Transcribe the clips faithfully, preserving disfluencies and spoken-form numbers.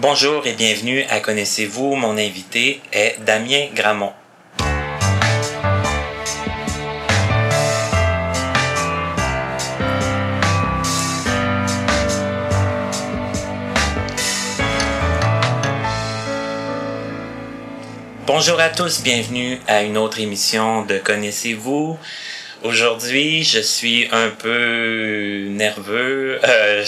Bonjour et bienvenue à Connaissez-vous, mon invité est Damien Gramont. Bonjour à tous, bienvenue à une autre émission de Connaissez-vous. Aujourd'hui, je suis un peu nerveux. Euh,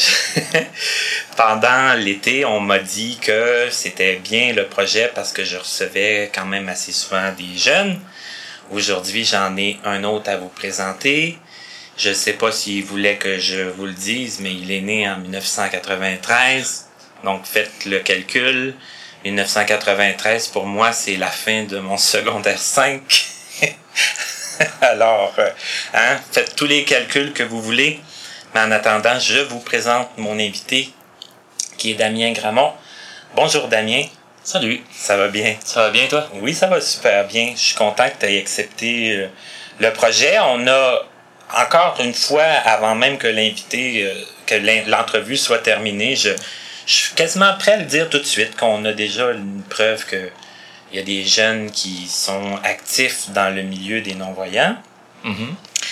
pendant l'été, on m'a dit que c'était bien le projet parce que je recevais quand même assez souvent des jeunes. Aujourd'hui, j'en ai un autre à vous présenter. Je ne sais pas s'il voulait que je vous le dise, mais il est né en dix-neuf cent quatre-vingt-treize. Donc, faites le calcul. dix-neuf cent quatre-vingt-treize, pour moi, c'est la fin de mon secondaire cinq. Alors, euh, hein, faites tous les calculs que vous voulez. Mais en attendant, je vous présente mon invité, qui est Damien Gramont. Bonjour Damien. Salut. Ça va bien? Ça va bien, toi? Oui, ça va super bien. Je suis content que tu aies accepté euh, le projet. On a, encore une fois, avant même que l'invité, euh, que l'entrevue soit terminée, je, je suis quasiment prêt à le dire tout de suite, qu'on a déjà une preuve que il y a des jeunes qui sont actifs dans le milieu des non-voyants. Mm-hmm.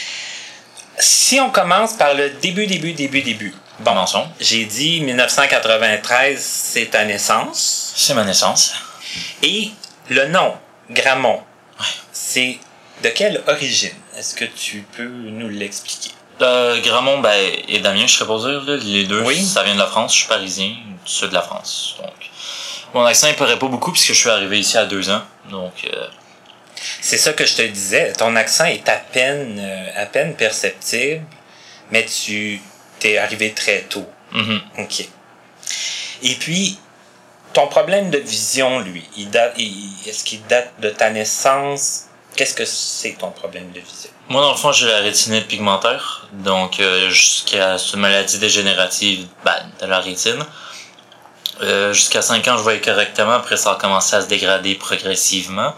Si on commence par le début, début, début, début. Bon, Commençons. J'ai dit dix-neuf cent quatre-vingt-treize, c'est ta naissance. C'est ma naissance. Et le nom, Gramont, Ouais. c'est de quelle origine? Est-ce que tu peux nous l'expliquer? Euh, Gramont, ben, et Damien, je serais pour dire, là, les deux, Oui. Ça vient de la France, je suis parisien, du sud de la France. Donc, mon accent, il paraît pas beaucoup puisque je suis arrivé ici à deux ans. Donc, euh... C'est ça que je te disais. Ton accent est à peine, euh, à peine perceptible, mais tu t'es arrivé très tôt. mm-hmm. OK. Et puis, ton problème de vision, lui, il date, il, est-ce qu'il date de ta naissance? Qu'est-ce que c'est ton problème de vision? Moi, dans le fond, j'ai la rétinite pigmentaire. Donc, euh, jusqu'à cette maladie dégénérative ben, de la rétine. Euh, jusqu'à cinq ans, je voyais correctement. Après, ça a commencé à se dégrader progressivement.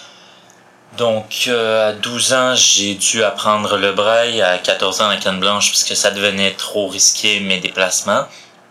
Donc, euh, à douze ans, j'ai dû apprendre le braille. À quatorze ans, la canne blanche, puisque ça devenait trop risqué, mes déplacements.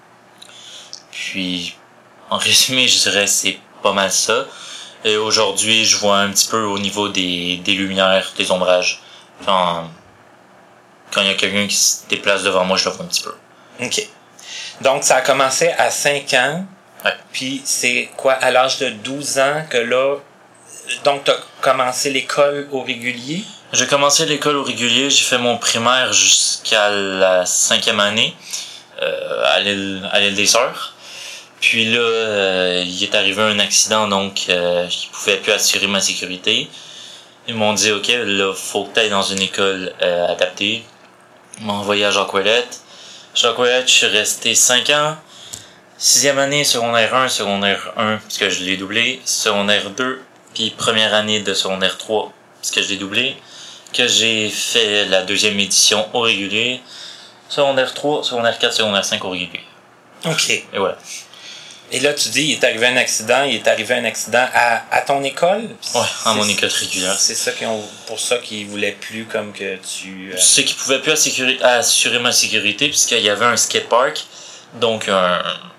Puis, en résumé, je dirais c'est pas mal ça. Et aujourd'hui, je vois un petit peu au niveau des, des lumières, des ombrages. Quand, quand il y a quelqu'un qui se déplace devant moi, je le vois un petit peu. OK. Donc, ça a commencé à cinq ans. Ouais. Puis, c'est quoi, à l'âge de douze ans que là... Donc, tu as commencé l'école au régulier? J'ai commencé l'école au régulier. J'ai fait mon primaire jusqu'à la cinquième année euh, à l'île à l'île des Sœurs. Puis là, euh, il est arrivé un accident, donc euh, je pouvais plus assurer ma sécurité. Ils m'ont dit, OK, là, faut que tu ailles dans une école euh, adaptée. Ils m'ont envoyé à Jacques-Ouellette. Jacques-Ouellette, je suis resté cinq ans. Sixième année, secondaire un, secondaire un, parce que je l'ai doublé. Secondaire deux, puis première année de secondaire trois, parce que je l'ai doublé. Que j'ai fait la deuxième édition au régulier. Secondaire trois, secondaire quatre, secondaire cinq au régulier. OK. Et voilà. Et là, tu dis, il est arrivé un accident, il est arrivé un accident à, à ton école? Ouais, à mon C'est- école régulière. C'est ça qu'ils ont, pour ça qu'ils voulaient plus comme que tu... euh, C'est qu'ils pouvaient plus assurer, assurer ma sécurité puisqu'il y avait un skatepark, donc un,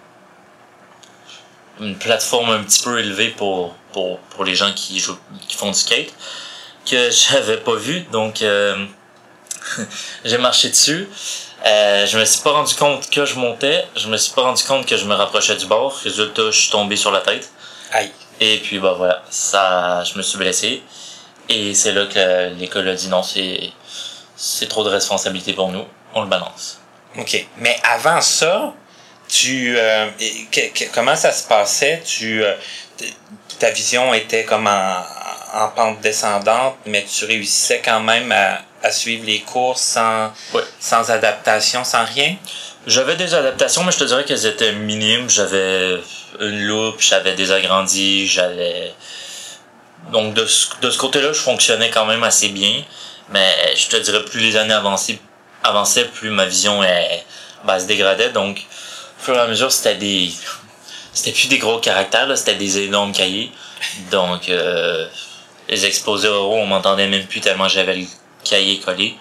une plateforme un petit peu élevée pour, pour, pour les gens qui jouent, qui font du skate, que j'avais pas vu, donc euh, j'ai marché dessus. Euh, je me suis pas rendu compte que je montais, je me suis pas rendu compte que je me rapprochais du bord. Résultat, je suis tombé sur la tête. Aïe. Et puis bah voilà, ça, je me suis blessé. Et c'est là que l'école a dit non, c'est c'est trop de responsabilité pour nous, on le balance. OK. Mais avant ça, tu... euh, et que- que- comment ça se passait? Tu, euh, t- ta vision était comme en, en pente descendante, mais tu réussissais quand même à, à suivre les cours sans, Ouais. sans adaptation, sans rien? J'avais des adaptations, mais je te dirais qu'elles étaient minimes. J'avais une loupe, j'avais des agrandis, j'avais... Donc de ce, de ce côté-là, je fonctionnais quand même assez bien. Mais je te dirais, plus les années avançaient, avançaient plus ma vision elle, ben, se dégradait. Donc, au fur et à mesure, c'était des... C'était plus des gros caractères, là, c'était des énormes cahiers. Donc, euh, les exposés oraux, on m'entendait même plus tellement j'avais le cahier collé.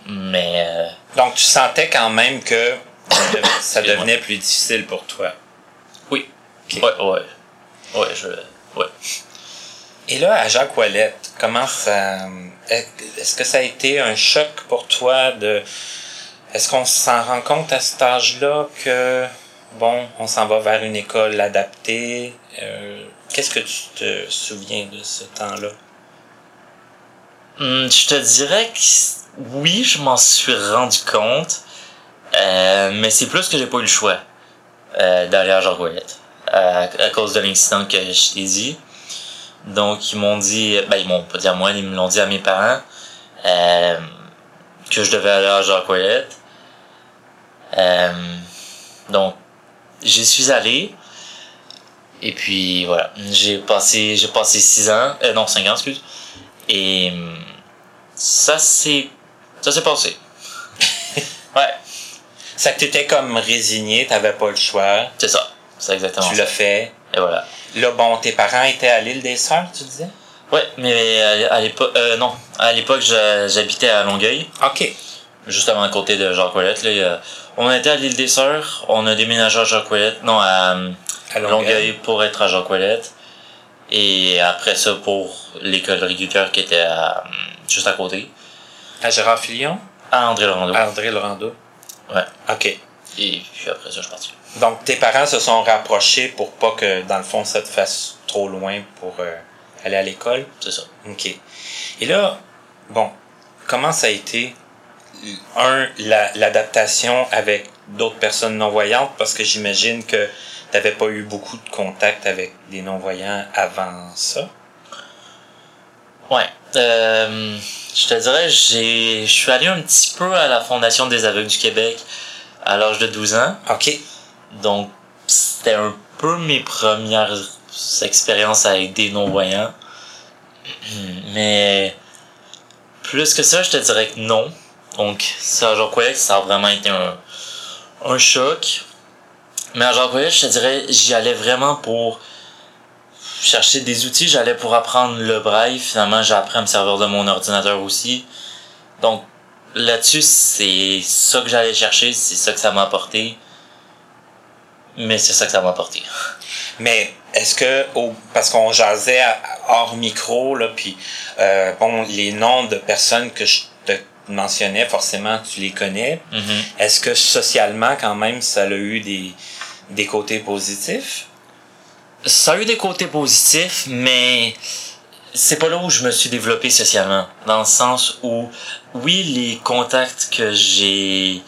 Mais... Euh, Donc, tu sentais quand même que ça dev- ça Excuse-moi. devenait plus difficile pour toi. Oui. Okay. Ouais, ouais. Ouais, je... Ouais. Et là, à Jacques Ouellette, comment ça... Est-ce que ça a été un choc pour toi de... Est-ce qu'on s'en rend compte à cet âge-là que, bon, on s'en va vers une école adaptée? Euh, qu'est-ce que tu te souviens de ce temps-là? Hum, je te dirais que oui, je m'en suis rendu compte, euh, mais c'est plus que j'ai pas eu le choix euh, d'aller à Jacques Ouellette à, à cause de l'incident que je t'ai dit. Donc ils m'ont dit, ben ils m'ont pas dit à moi, ils me l'ont dit à mes parents euh, que je devais aller à Jacques Ouellette. Euh, donc j'y suis allé et puis voilà, j'ai passé j'ai passé six ans, euh, non cinq ans excuse, et ça c'est ça s'est passé. Ouais. Ça que t'étais comme résigné, t'avais pas le choix. C'est ça, c'est exactement. Tu ça. l'as fait. Et voilà. Là, bon, tes parents étaient à l'île des Sœurs, tu disais? Ouais, mais à l'époque, euh, non, à l'époque j'habitais à Longueuil. Ok. Justement à côté de Jacques Ouellette. Là, on était à l'île des Sœurs, on a déménagé à Jacques Ouellette, non à, à Longueuil. Longueuil pour être à Jacques Ouellette. Et après ça pour l'école régulière qui était à, juste à côté. À Gérard Filion? À André Laurando. À André Laurando. Ouais. Ok. Et puis après ça je suis parti. Donc tes parents se sont rapprochés pour pas que dans le fond ça te fasse trop loin pour euh, aller à l'école? C'est ça. Ok. Et là, bon, comment ça a été? Un, la, l'adaptation avec d'autres personnes non-voyantes, parce que j'imagine que t'avais pas eu beaucoup de contact avec des non-voyants avant ça. Ouais. Euh, je te dirais, j'ai, je suis allé un petit peu à la Fondation des aveugles du Québec à l'âge de douze ans. Ok. Donc, c'était un peu mes premières expériences avec des non-voyants. Mais, plus que ça, je te dirais que non. Donc, ça, à Jacques Ouellette, ça a vraiment été un, un choc. Mais à Jacques Ouellette, je te dirais, j'y allais vraiment pour chercher des outils. J'allais pour apprendre le braille. Finalement, j'ai appris à me servir de mon ordinateur aussi. Donc, là-dessus, c'est ça que j'allais chercher. C'est ça que ça m'a apporté. Mais c'est ça que ça m'a apporté. Mais est-ce que, oh, parce qu'on jasait hors micro, là, puis euh, bon, les noms de personnes que je te mentionnais, forcément, tu les connais. Mm-hmm. Est-ce que socialement, quand même, ça a eu des, des côtés positifs? Ça a eu des côtés positifs, mais c'est pas là où je me suis développé socialement. Dans le sens où, oui, les contacts que j'ai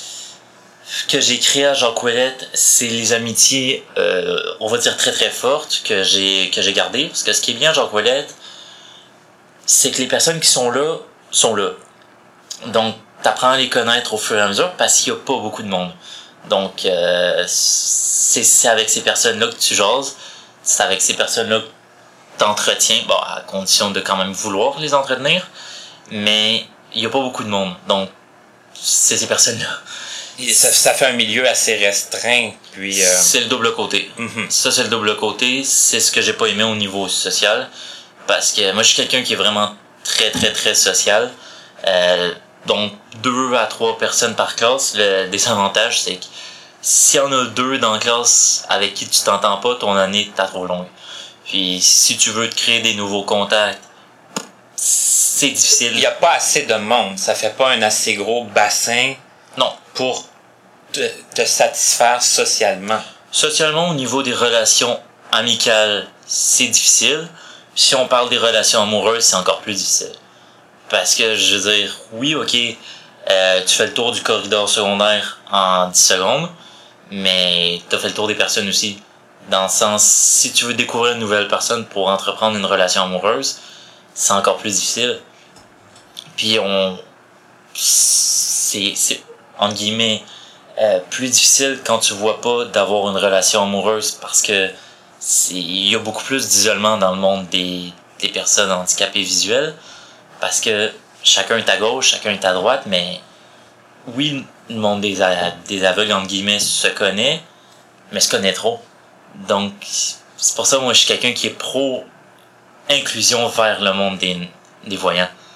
que j'ai créés à Jacques Ouellette, c'est les amitiés, euh, on va dire très très fortes que j'ai que j'ai gardées. Parce que ce qui est bien à Jacques Ouellette, c'est que les personnes qui sont là sont là. Donc, t'apprends à les connaître au fur et à mesure parce qu'il y a pas beaucoup de monde. Donc, euh, c'est, c'est avec ces personnes-là que tu jases, c'est avec ces personnes-là que t'entretiens, bon, à condition de quand même vouloir les entretenir, mais il y a pas beaucoup de monde. Donc, c'est ces personnes-là. Ça, ça fait un milieu assez restreint, puis... Euh... C'est le double côté. Mm-hmm. Ça, c'est le double côté. C'est ce que j'ai pas aimé au niveau social. Parce que moi, je suis quelqu'un qui est vraiment très, très, très social. Euh, donc, deux à trois personnes par classe. Le désavantage, c'est que s'il y en a deux dans la classe avec qui tu t'entends pas, ton année t'as trop longue. Puis, si tu veux te créer des nouveaux contacts, c'est difficile. Il y a pas assez de monde. Ça fait pas un assez gros bassin... Non. Pour te, te satisfaire socialement. Socialement, au niveau des relations amicales, c'est difficile. Si on parle des relations amoureuses, c'est encore plus difficile. Parce que, je veux dire, oui, ok, euh, tu fais le tour du corridor secondaire en dix secondes, mais t'as fait le tour des personnes aussi. Dans le sens, si tu veux découvrir une nouvelle personne pour entreprendre une relation amoureuse, c'est encore plus difficile. Puis on... C'est... c'est entre guillemets, euh, plus difficile quand tu vois pas d'avoir une relation amoureuse parce que c'est, il y a beaucoup plus d'isolement dans le monde des, des personnes handicapées visuelles parce que chacun est à gauche, chacun est à droite, mais oui, le monde des, des aveugles, entre guillemets, se connaît, mais se connaît trop. Donc, c'est pour ça que moi, je suis quelqu'un qui est pro-inclusion vers le monde des, des voyants.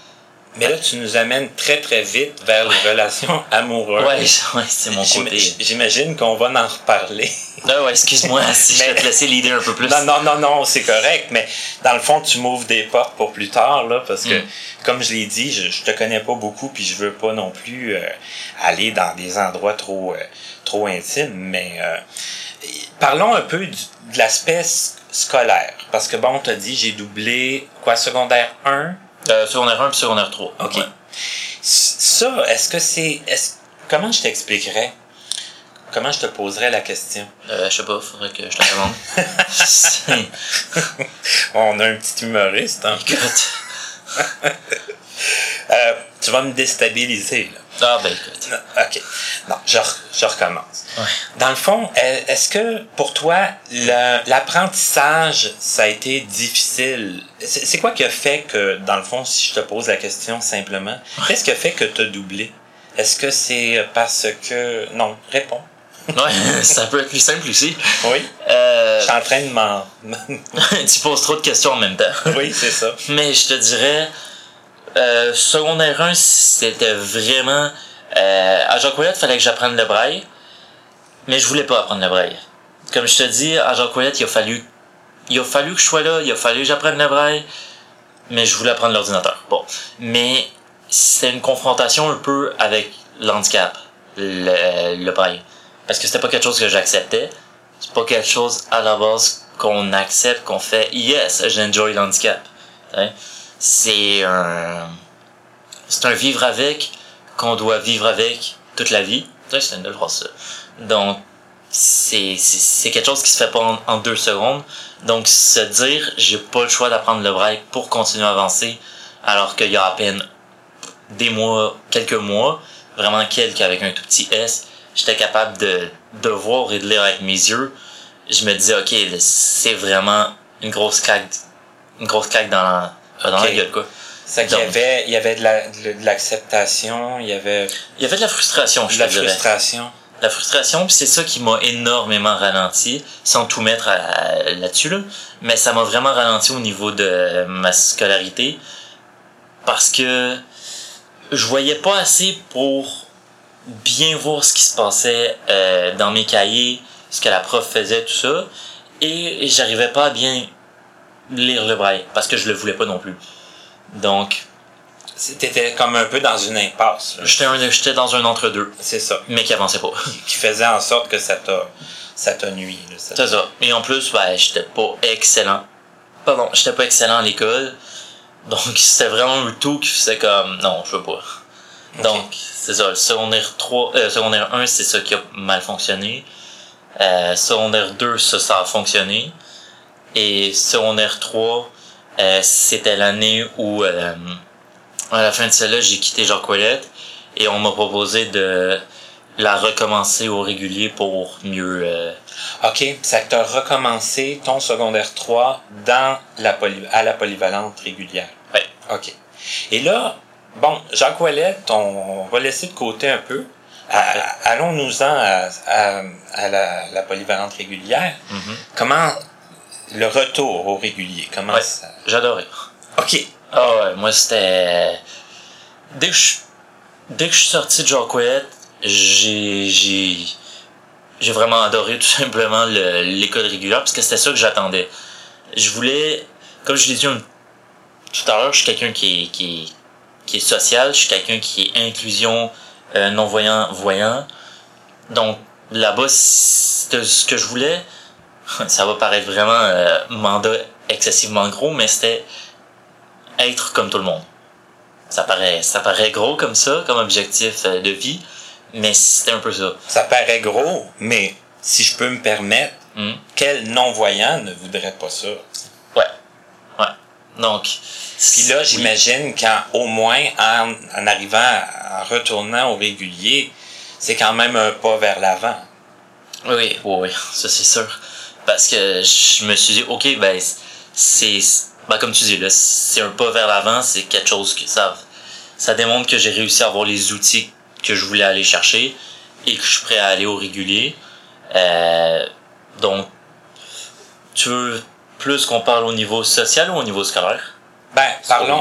Mais là, tu nous amènes très très vite vers les relations amoureuses. Ouais, ouais, c'est mon côté. J'imagine qu'on va en reparler. Ah ouais, excuse-moi si mais... je vais te laisser leader un peu plus. Non, non, non, non, c'est correct, mais dans le fond, tu m'ouvres des portes pour plus tard, là, parce que, mm. comme je l'ai dit, je, je te connais pas beaucoup, puis je veux pas non plus euh, aller dans des endroits trop, euh, trop intimes, mais euh, parlons un peu du, de l'aspect scolaire, parce que bon, t'as dit, j'ai doublé, quoi, secondaire un? Euh, secondaire un puis secondaire trois. OK. Ouais. Ça, est-ce que c'est... Est-ce, comment je t'expliquerais? Comment je te poserais la question? Euh, je sais pas, faudrait que je te demande. On a un petit humoriste, hein? Écoute. euh, tu vas me déstabiliser, là. Ah, ben écoute. Non, OK. Non, je, je recommence. Ouais. Dans le fond, est-ce que pour toi, le, l'apprentissage, ça a été difficile? C'est, c'est quoi qui a fait que, dans le fond, si je te pose la question simplement, ouais. qu'est-ce qui a fait que tu as doublé? Est-ce que c'est parce que... Non, réponds. Ouais, ça peut être plus simple aussi. Oui. Euh... Je suis en train de m'en... tu poses trop de questions en même temps. Oui, c'est ça. Mais je te dirais... Euh, secondaire un, c'était vraiment... Euh, à Jacques-Ouellette, il fallait que j'apprenne le braille. Mais je voulais pas apprendre le braille. Comme je te dis, à Jacques-Ouellette, il a fallu... Il a fallu que je sois là, il a fallu que j'apprenne le braille. Mais je voulais apprendre l'ordinateur. Bon. Mais c'était une confrontation un peu avec l'handicap, le, le braille. Parce que c'était pas quelque chose que j'acceptais. C'est pas quelque chose à la base qu'on accepte, qu'on fait « Yes, j'enjoy l'handicap. » C'est un... C'est un vivre avec qu'on doit vivre avec toute la vie. C'est une belle phrase, ça. Donc, c'est, c'est, c'est quelque chose qui se fait pas en, en deux secondes. Donc, se dire « J'ai pas le choix d'apprendre le braille pour continuer à avancer » alors qu'il y a à peine des mois, quelques mois, vraiment quelques avec un tout petit S, j'étais capable de, de voir et de lire avec mes yeux. Je me disais, OK, c'est vraiment une grosse claque, une grosse claque dans la, dans okay. la gueule, quoi. C'est qu'il y avait, il y avait de, la, de, de l'acceptation, il y avait... Il y avait de la frustration, je te dirais. De la frustration. La frustration, puis c'est ça qui m'a énormément ralenti, sans tout mettre à, à, là-dessus, là. Mais ça m'a vraiment ralenti au niveau de ma scolarité, parce que je voyais pas assez pour bien voir ce qui se passait euh, dans mes cahiers, ce que la prof faisait, tout ça, et j'arrivais pas à bien lire le braille, parce que je le voulais pas non plus. Donc... T'étais comme un peu dans une impasse. J'étais, un, j'étais dans un entre-deux. C'est ça. Mais qui avançait pas. Qui faisait en sorte que ça t'a, ça t'a nuit. Là, ça C'est ça. Et en plus, ben, j'étais pas excellent. Pardon, j'étais pas excellent à l'école. Donc, c'était vraiment le tout qui faisait comme, non, je veux pas. Okay. Donc, c'est ça. Le secondaire trois, euh, secondaire un, c'est ça qui a mal fonctionné. Euh, secondaire deux, ça, ça a fonctionné. Et secondaire trois, euh, c'était l'année où, euh, à la fin de celle-là, j'ai quitté Jacques-Ouellette et on m'a proposé de la recommencer au régulier pour mieux... Euh... OK, ça que t'as recommencé ton secondaire trois dans la poly... à la polyvalente régulière. Oui. OK. Et là, bon, Jacques-Ouellette, on va laisser de côté un peu. À, allons-nous-en à, à, à la, la polyvalente régulière. Mm-hmm. Comment... Le retour au régulier, comment ouais, ça... J'adorais. OK. Ah ouais, moi c'était... Dès que je, Dès que je suis sorti de Jacques-Ouellette, j'ai, j'ai, j'ai vraiment adoré tout simplement le, l'école régulière, parce que c'était ça que j'attendais. Je voulais, comme je l'ai dit un, tout à l'heure, je suis quelqu'un qui est, qui est, qui est social, je suis quelqu'un qui est inclusion euh, non-voyant, voyant. Donc là-bas, c'était ce que je voulais. Ça va paraître vraiment euh, mandat excessivement gros, mais c'était être comme tout le monde. Ça paraît, ça paraît gros comme ça, comme objectif euh, de vie, mais c'était un peu ça. Ça paraît gros, mais si je peux me permettre, mm. quel non-voyant ne voudrait pas ça? Ouais. Ouais. Donc. Puis là, j'imagine oui. qu'en au moins en, en arrivant, en retournant au régulier, c'est quand même un pas vers l'avant. Oui, oui, oui, ça c'est sûr. Parce que je me suis dit, ok, ben, c'est, ben, comme tu dis, là, c'est un pas vers l'avant, c'est quelque chose que ça, ça démontre que j'ai réussi à avoir les outils que je voulais aller chercher et que je suis prêt à aller au régulier. Euh, donc, tu veux plus qu'on parle au niveau social ou au niveau scolaire? Ben, parlons,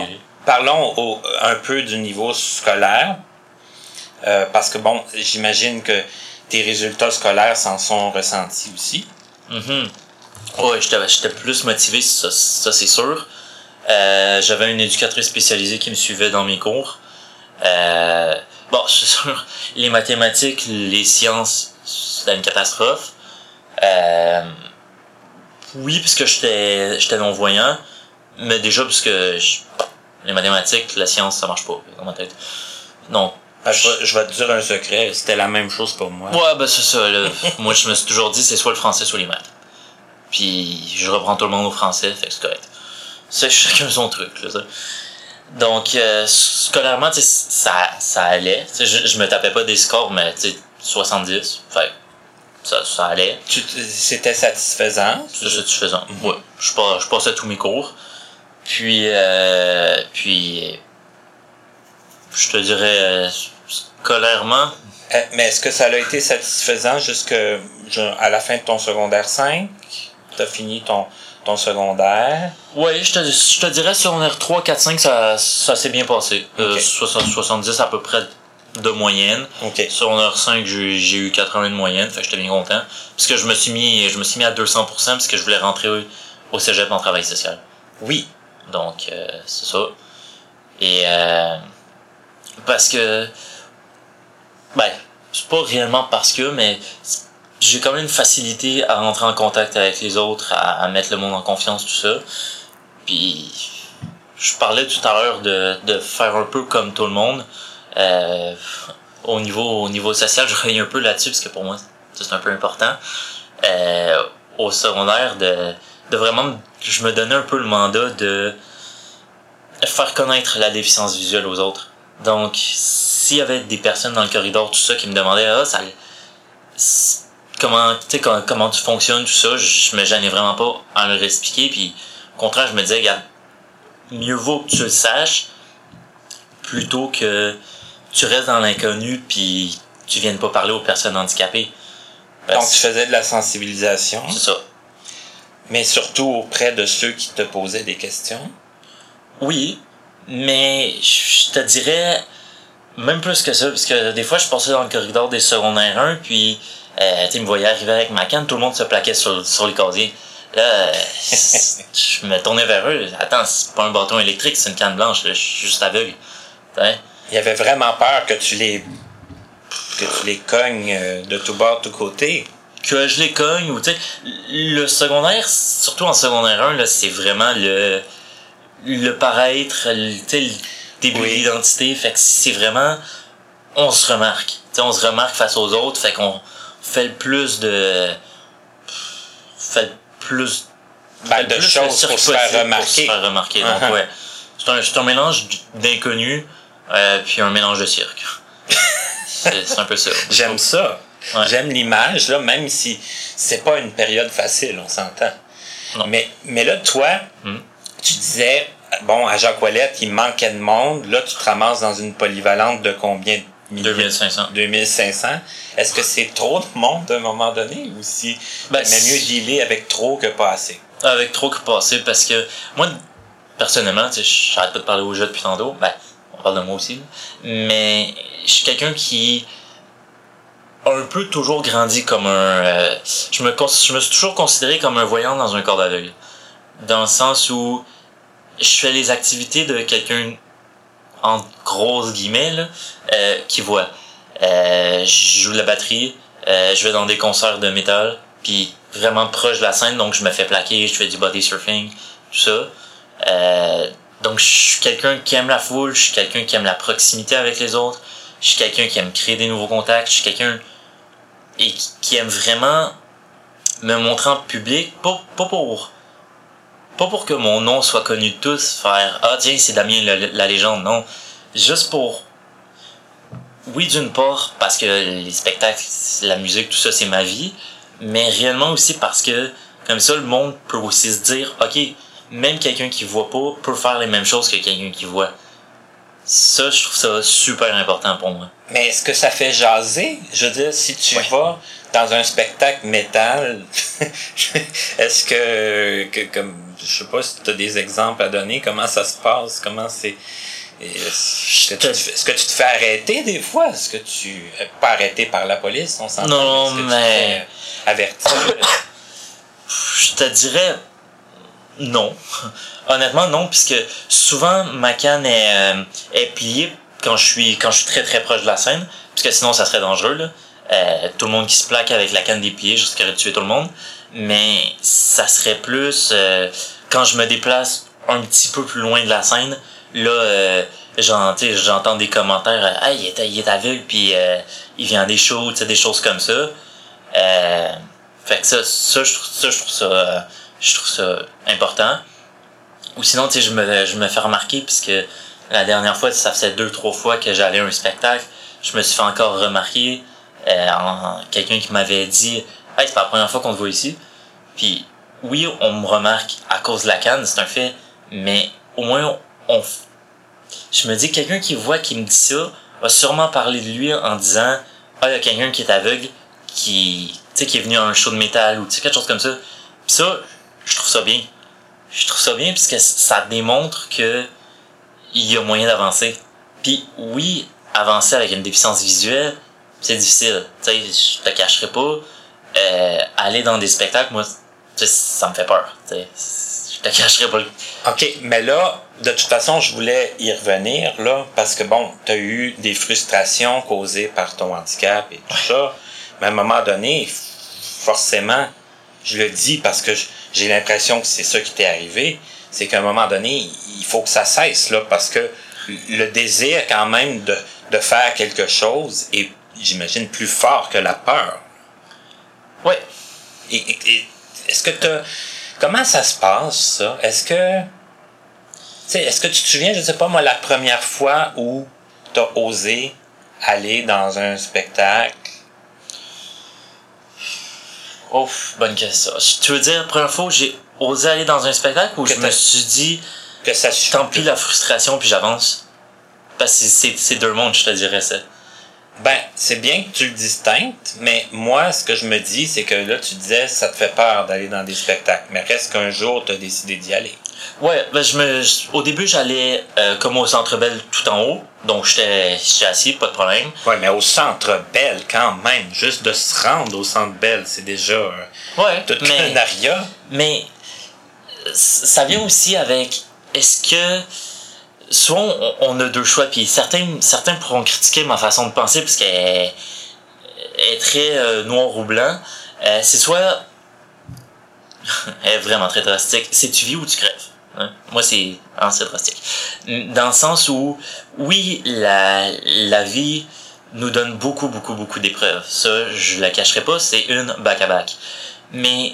parlons au, un peu du niveau scolaire. Euh, parce que bon, j'imagine que tes résultats scolaires s'en sont ressentis aussi. Mm-hmm. Ouais, j'étais, j'étais plus motivé, ça, ça c'est sûr. Euh, j'avais une éducatrice spécialisée qui me suivait dans mes cours. Euh, bon, c'est sûr, les mathématiques, les sciences, c'était une catastrophe. Euh, oui, puisque j'étais, j'étais non-voyant, mais déjà parce que je, les mathématiques, la science, ça marche pas dans ma tête. Donc, Ah, je, vais, je vais te dire un secret, c'était la même chose pour moi. Ouais, ben c'est ça. Là. Moi, je me suis toujours dit, c'est soit le français, soit les maths. Puis, je reprends tout le monde au français, fait que c'est correct. C'est chacun son truc, là, ça. Donc, euh, scolairement, tu sais, ça, ça allait. Tu sais, je, je me tapais pas des scores, mais tu sais, soixante-dix, fait ça, ça allait. Tu, c'était satisfaisant? C'était satisfaisant, mm-hmm. Ouais. Je, je passais tous mes cours. Puis, euh, puis, je te dirais, euh, scolairement... Euh, mais est-ce que ça a été satisfaisant jusqu'à la fin de ton secondaire cinq? T'as fini ton, ton secondaire? Oui, je te, je te dirais secondaire trois, quatre, cinq, ça, ça s'est bien passé. Okay. Euh, soixante, soixante-dix à peu près de moyenne. Okay. Secondaire cinq, j'ai, j'ai eu quatre-vingts de moyenne, fait que j'étais bien content. Parce que je me suis mis, je me suis mis à deux cents pour cent parce que je voulais rentrer au, au cégep en travail social. Oui. Donc, euh, c'est ça. Et, euh, parce que, ben, c'est pas réellement parce que, mais j'ai quand même une facilité à rentrer en contact avec les autres, à, à mettre le monde en confiance, tout ça. Puis, je parlais tout à l'heure de, de faire un peu comme tout le monde. Euh, au niveau, au niveau social, je reviens un peu là-dessus, parce que pour moi, c'est un peu important. Euh, au secondaire, de, de vraiment, je me donnais un peu le mandat de faire connaître la déficience visuelle aux autres. Donc, s'il y avait des personnes dans le corridor, tout ça, qui me demandaient, ah, ça, comment, tu sais, comment, comment tu fonctionnes, tout ça, je me gênais vraiment pas à leur expliquer. Puis, au contraire, je me disais, regarde, mieux vaut que tu le saches, plutôt que tu restes dans l'inconnu, puis tu viennes pas parler aux personnes handicapées. Parce... Donc, tu faisais de la sensibilisation. C'est ça. Mais surtout auprès de ceux qui te posaient des questions. Oui, mais je te dirais même plus que ça, parce que des fois je passais dans le corridor des secondaires un, puis euh, tu me voyais arriver avec ma canne, tout le monde se plaquait sur, sur les casiers. Là, euh, je me tournais vers eux. Attends, c'est pas un bâton électrique, c'est une canne blanche, là, je suis juste aveugle. T'sais? Il y avait vraiment peur que tu les que tu les cognes de tout bord, de tout côté. Que je les cogne, ou tu sais, le secondaire, surtout en secondaire un, là, c'est vraiment le le paraître, le, le début oui. d'identité, fait que c'est vraiment, on se remarque, t'sais, on se remarque face aux autres, fait qu'on fait le plus de, fait le plus, ben, fait de plus choses pour se faire remarquer. Pour se faire remarquer, uh-huh. Donc ouais, c'est un, c'est un mélange d'inconnus, euh, puis un mélange de cirque. c'est, c'est un peu ça. J'aime ça. Ouais. J'aime l'image, là, même si c'est pas une période facile, on s'entend. Non. Mais, mais là, toi, mm. tu disais, bon, à Jacques Ouellette, il manquait de monde. Là, tu te ramasses dans une polyvalente de combien de deux mille cinq cents. deux mille cinq cents. Est-ce que c'est trop de monde à un moment donné? Ou si ben, mais mieux dealer avec trop que pas assez? Avec trop que pas assez, parce que moi, personnellement, tu sais, j'arrête pas de parler au jeu depuis tantôt. Ben, on parle de moi aussi. Là. Mais je suis quelqu'un qui a un peu toujours grandi comme un... Euh, je, me, je me suis toujours considéré comme un voyant dans un corps d'aveugle. Dans le sens où je fais les activités de quelqu'un, en grosses guillemets, là, euh, qui voit. Euh, je joue de la batterie, euh, je vais dans des concerts de métal, puis vraiment proche de la scène, donc je me fais plaquer, je fais du body surfing, tout ça. Euh, donc je suis quelqu'un qui aime la foule, je suis quelqu'un qui aime la proximité avec les autres, je suis quelqu'un qui aime créer des nouveaux contacts, je suis quelqu'un et qui, qui aime vraiment me montrer en public, pas, pas pour... Pas pour que mon nom soit connu de tous, faire « Ah tiens, c'est Damien la, la légende », non. Juste pour... Oui, d'une part, parce que les spectacles, la musique, tout ça, c'est ma vie, mais réellement aussi parce que, comme ça, le monde peut aussi se dire « Ok, même quelqu'un qui voit pas peut faire les mêmes choses que quelqu'un qui voit. » Ça, je trouve ça super important pour moi. Mais est-ce que ça fait jaser? Je veux dire, si tu ouais. vas dans un spectacle métal, est-ce que, que comme je sais pas si tu as des exemples à donner, comment ça se passe, comment c'est... Est-ce que, tu te, est-ce que tu te fais arrêter des fois? Est-ce que tu... Pas arrêté par la police, on s'entend? Non, est-ce que mais... tu te fais avertir? Je te dirais non. Honnêtement, non, puisque souvent, ma canne est, euh, est pliée quand je suis quand je suis très très proche de la scène, puisque sinon, ça serait dangereux, là. Euh, tout le monde qui se plaque avec la canne dépliée jusqu'à tuer tout le monde. Mais ça serait plus... Euh, quand je me déplace un petit peu plus loin de la scène, là, euh, j'en, j'entends des commentaires, ah, il est, il est aveugle, puis euh, il vient des shows, des choses comme ça. Euh, fait que ça, ça, je trouve ça, je trouve ça, euh, je trouve ça important. Ou sinon, tu sais, je me, je me fais remarquer, puisque la dernière fois, ça faisait deux, trois fois que j'allais à un spectacle, je me suis fait encore remarquer, euh, en, quelqu'un qui m'avait dit, hey, c'est pas la première fois qu'on te voit ici. Puis, oui, on me remarque à cause de la canne, c'est un fait, mais au moins, on, on je me dis, quelqu'un qui voit, qui me dit ça, va sûrement parler de lui en disant, ah, il y a quelqu'un qui est aveugle, qui, tu sais, qui est venu à un show de métal, ou tu sais, quelque chose comme ça. Puis ça, je trouve ça bien. Je trouve ça bien, puisque ça démontre que il y a moyen d'avancer. Puis oui, avancer avec une déficience visuelle, c'est difficile. Tu sais, je te cacherai pas, euh, aller dans des spectacles, moi, ça me fait peur. Tu sais, je te cacherai pas. OK, mais là, de toute façon, je voulais y revenir, là, parce que bon, t'as eu des frustrations causées par ton handicap et tout ça. Mais à un moment donné, forcément, je le dis parce que j'ai l'impression que c'est ça qui t'est arrivé, c'est qu'à un moment donné, il faut que ça cesse, là, parce que le désir, quand même, de, de faire quelque chose est, j'imagine, plus fort que la peur. Oui. Et, et, et est-ce que t'as... Comment ça se passe, ça? Est-ce que... Tu sais, est-ce que tu te souviens, je sais pas, moi, la première fois où t'as osé aller dans un spectacle? Oh, bonne question. Tu veux dire, la première fois où j'ai osé aller dans un spectacle, où que je me suis dit, que ça tant pis la frustration, puis j'avance? Parce que c'est, c'est deux mondes, je te dirais ça. Ben, c'est bien que tu le distingues, mais moi, ce que je me dis, c'est que là, tu disais, ça te fait peur d'aller dans des spectacles. Mais reste qu'un jour, tu as décidé d'y aller. Ouais, ben, je me, je, au début, j'allais euh, comme au Centre Bell tout en haut. Donc, j'étais, j'étais assis, pas de problème. Ouais, mais au Centre Bell, quand même. Juste de se rendre au Centre Bell, c'est déjà euh, ouais, tout mais, un aria. Mais, ça vient aussi avec, est-ce que... Soit on, on a deux choix, puis certains, certains pourront critiquer ma façon de penser parce qu'elle est, est très euh, noir ou blanc. Euh, c'est soit... elle est vraiment très drastique. C'est tu vis ou tu crèves. Hein? Moi, c'est, hein, c'est drastique. Dans le sens où, oui, la, la vie nous donne beaucoup, beaucoup, beaucoup d'épreuves. Ça, je la cacherai pas, c'est une back-à-back. Mais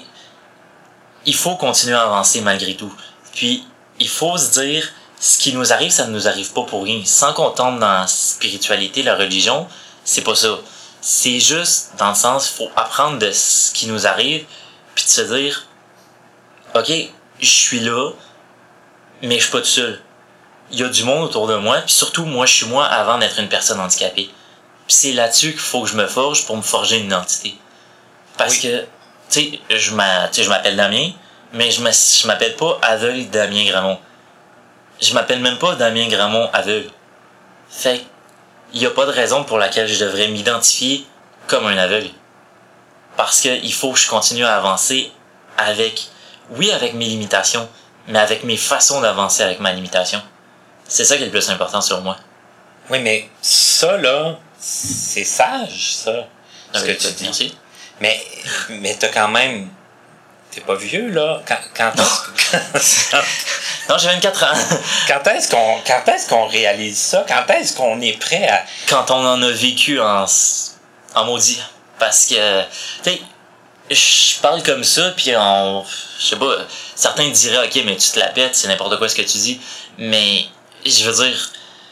il faut continuer à avancer malgré tout. Puis, il faut se dire... Ce qui nous arrive, ça ne nous arrive pas pour rien. Sans qu'on tombe dans la spiritualité, la religion, c'est pas ça. C'est juste dans le sens, il faut apprendre de ce qui nous arrive, puis de se dire, ok, je suis là, mais je suis pas tout seul. Il y a du monde autour de moi, puis surtout, moi, je suis moi avant d'être une personne handicapée. Puis c'est là-dessus qu'il faut que je me forge pour me forger une identité. Parce oui. que, tu sais, je m'appelle Damien, mais je m'appelle pas aveugle Damien Gramont. Je m'appelle même pas Damien Gramont aveugle. Fait qu'il y a pas de raison pour laquelle je devrais m'identifier comme un aveugle. Parce que il faut que je continue à avancer avec, oui, avec mes limitations, mais avec mes façons d'avancer avec ma limitation. C'est ça qui est le plus important sur moi. Oui, mais ça, là, c'est sage, ça. Ce okay, que tu dis. Merci. Mais, mais t'as quand même... T'es pas vieux, là. Quand, quand est-ce que... Non, j'ai vingt-quatre ans. quand est-ce qu'on, quand est-ce qu'on réalise ça? Quand est-ce qu'on est prêt à... Quand on en a vécu en, en maudit. Parce que, tu sais, je parle comme ça, puis on... Je sais pas, certains diraient, ok, mais tu te la pètes, c'est n'importe quoi ce que tu dis. Mais, je veux dire,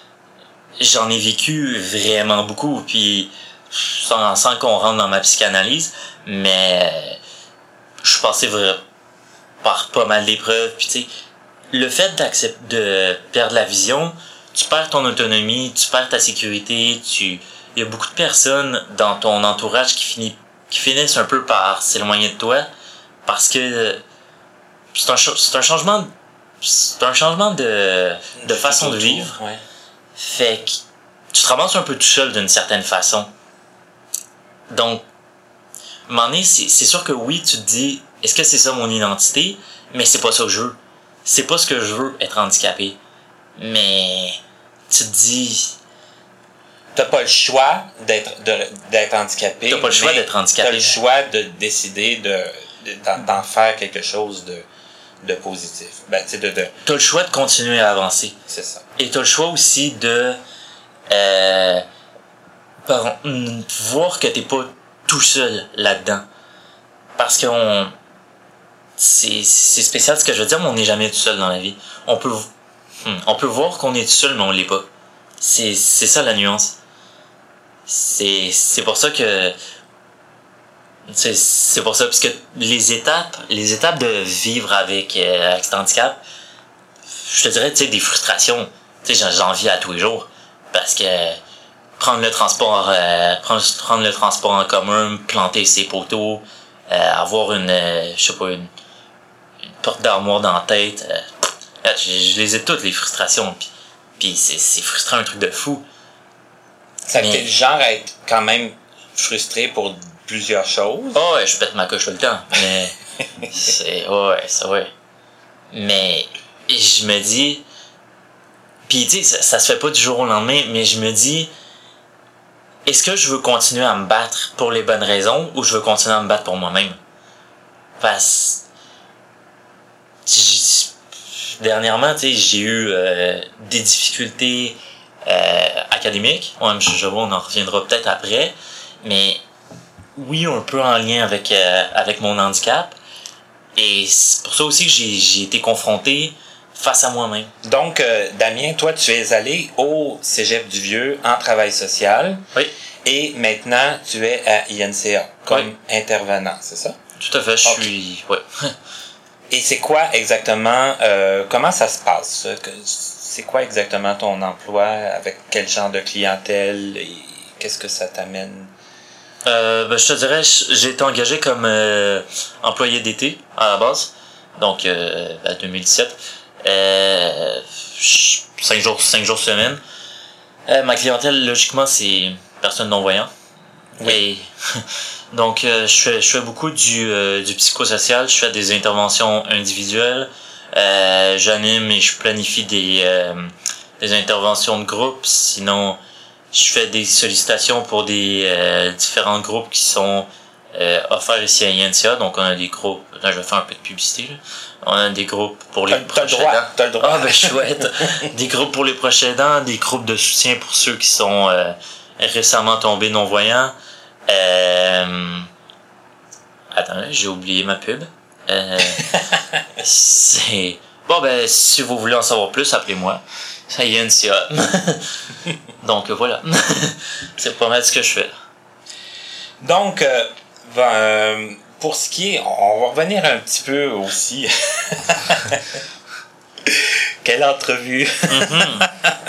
j'en ai vécu vraiment beaucoup, puis sans, sans qu'on rentre dans ma psychanalyse, mais je suis passé par pas mal d'épreuves, puis tu sais, le fait d'accepter de perdre la vision, tu perds ton autonomie, tu perds ta sécurité, tu, il y a beaucoup de personnes dans ton entourage qui finissent, qui finissent un peu par s'éloigner de toi parce que c'est un, c'est un changement, c'est un changement de, de façon de vivre. Ouais. Fait que tu te ramasses un peu tout seul d'une certaine façon. Donc, à un moment donné, c'est, c'est sûr que oui, tu te dis, est-ce que c'est ça mon identité? Mais c'est pas ça que je veux. C'est pas ce que je veux, être handicapé. Mais tu te dis... T'as pas le choix d'être, de, d'être handicapé. T'as pas le choix d'être handicapé. T'as le choix de décider de, de, d'en, d'en faire quelque chose de, de positif. Ben, tu sais, de, de... T'as le choix de continuer à avancer. C'est ça. Et t'as le choix aussi de... Euh, pardon, voir que t'es pas tout seul là-dedans. Parce qu'on... C'est, c'est spécial ce que je veux dire, mais on n'est jamais tout seul dans la vie. On peut, hmm, on peut voir qu'on est tout seul, mais on l'est pas. C'est, c'est ça la nuance. C'est, c'est pour ça que... C'est, c'est pour ça, parce que les étapes, les étapes de vivre avec, euh, avec cet handicap, je te dirais, tu sais, des frustrations. Tu sais, j'en vis à tous les jours. Parce que prendre le transport, euh, prendre, prendre le transport en commun, planter ses poteaux, euh, avoir une, euh, je sais pas, une, une porte d'armoire dans la tête, euh, je, je les ai toutes, les frustrations. Puis, puis c'est, c'est frustrant, un truc de fou. Ça mais... t'es le genre à être quand même frustré pour plusieurs choses. Oh ouais, je pète ma coche tout le temps. Mais c'est, ouais, c'est ouais. Mais je me dis, puis tu sais, ça, ça se fait pas du jour au lendemain, mais je me dis, est-ce que je veux continuer à me battre pour les bonnes raisons ou je veux continuer à me battre pour moi-même? Parce que dernièrement, tu sais, j'ai eu euh, des difficultés euh, académiques. Ouais, je, je vois, on en reviendra peut-être après. Mais oui, un peu en lien avec, euh, avec mon handicap. Et c'est pour ça aussi que j'ai, j'ai été confronté face à moi-même. Donc, euh, Damien, toi, tu es allé au Cégep du Vieux en travail social. Oui. Et maintenant, tu es à I N C A comme oui. intervenant, c'est ça? Tout à fait, je okay. suis... Ouais. Et c'est quoi exactement... Euh, comment ça se passe? C'est quoi exactement ton emploi? Avec quel genre de clientèle? Et qu'est-ce que ça t'amène? Euh, ben, je te dirais, j'ai été engagé comme euh, employé d'été à la base. Donc, euh, à deux mille dix-sept. Euh, cinq jours, cinq jours semaine. Euh, ma clientèle, logiquement, c'est personnes non-voyantes. Oui. Et, donc, euh, je fais, je fais beaucoup du, euh, du psychosocial. Je fais des interventions individuelles. Euh, j'anime et je planifie des, euh, des interventions de groupe. Sinon, je fais des sollicitations pour des euh, différents groupes qui sont euh, offerts ici à I N C A. Donc, on a des groupes... Là, je vais faire un peu de publicité. Là. On a des groupes pour les t'as, proches aidants. T'as le droit. Ah, ben chouette. Des groupes pour les proches aidants, des groupes de soutien pour ceux qui sont euh, récemment tombés non-voyants. Euh... Attends, j'ai oublié ma pub. Euh... C'est... Bon, ben, si vous voulez en savoir plus, appelez-moi. Ça y est, N C A. Donc, voilà. C'est pas mal ce que je fais. Donc, euh, ben, euh, pour ce qui est... On va revenir un petit peu aussi. Quelle entrevue! Mm-hmm.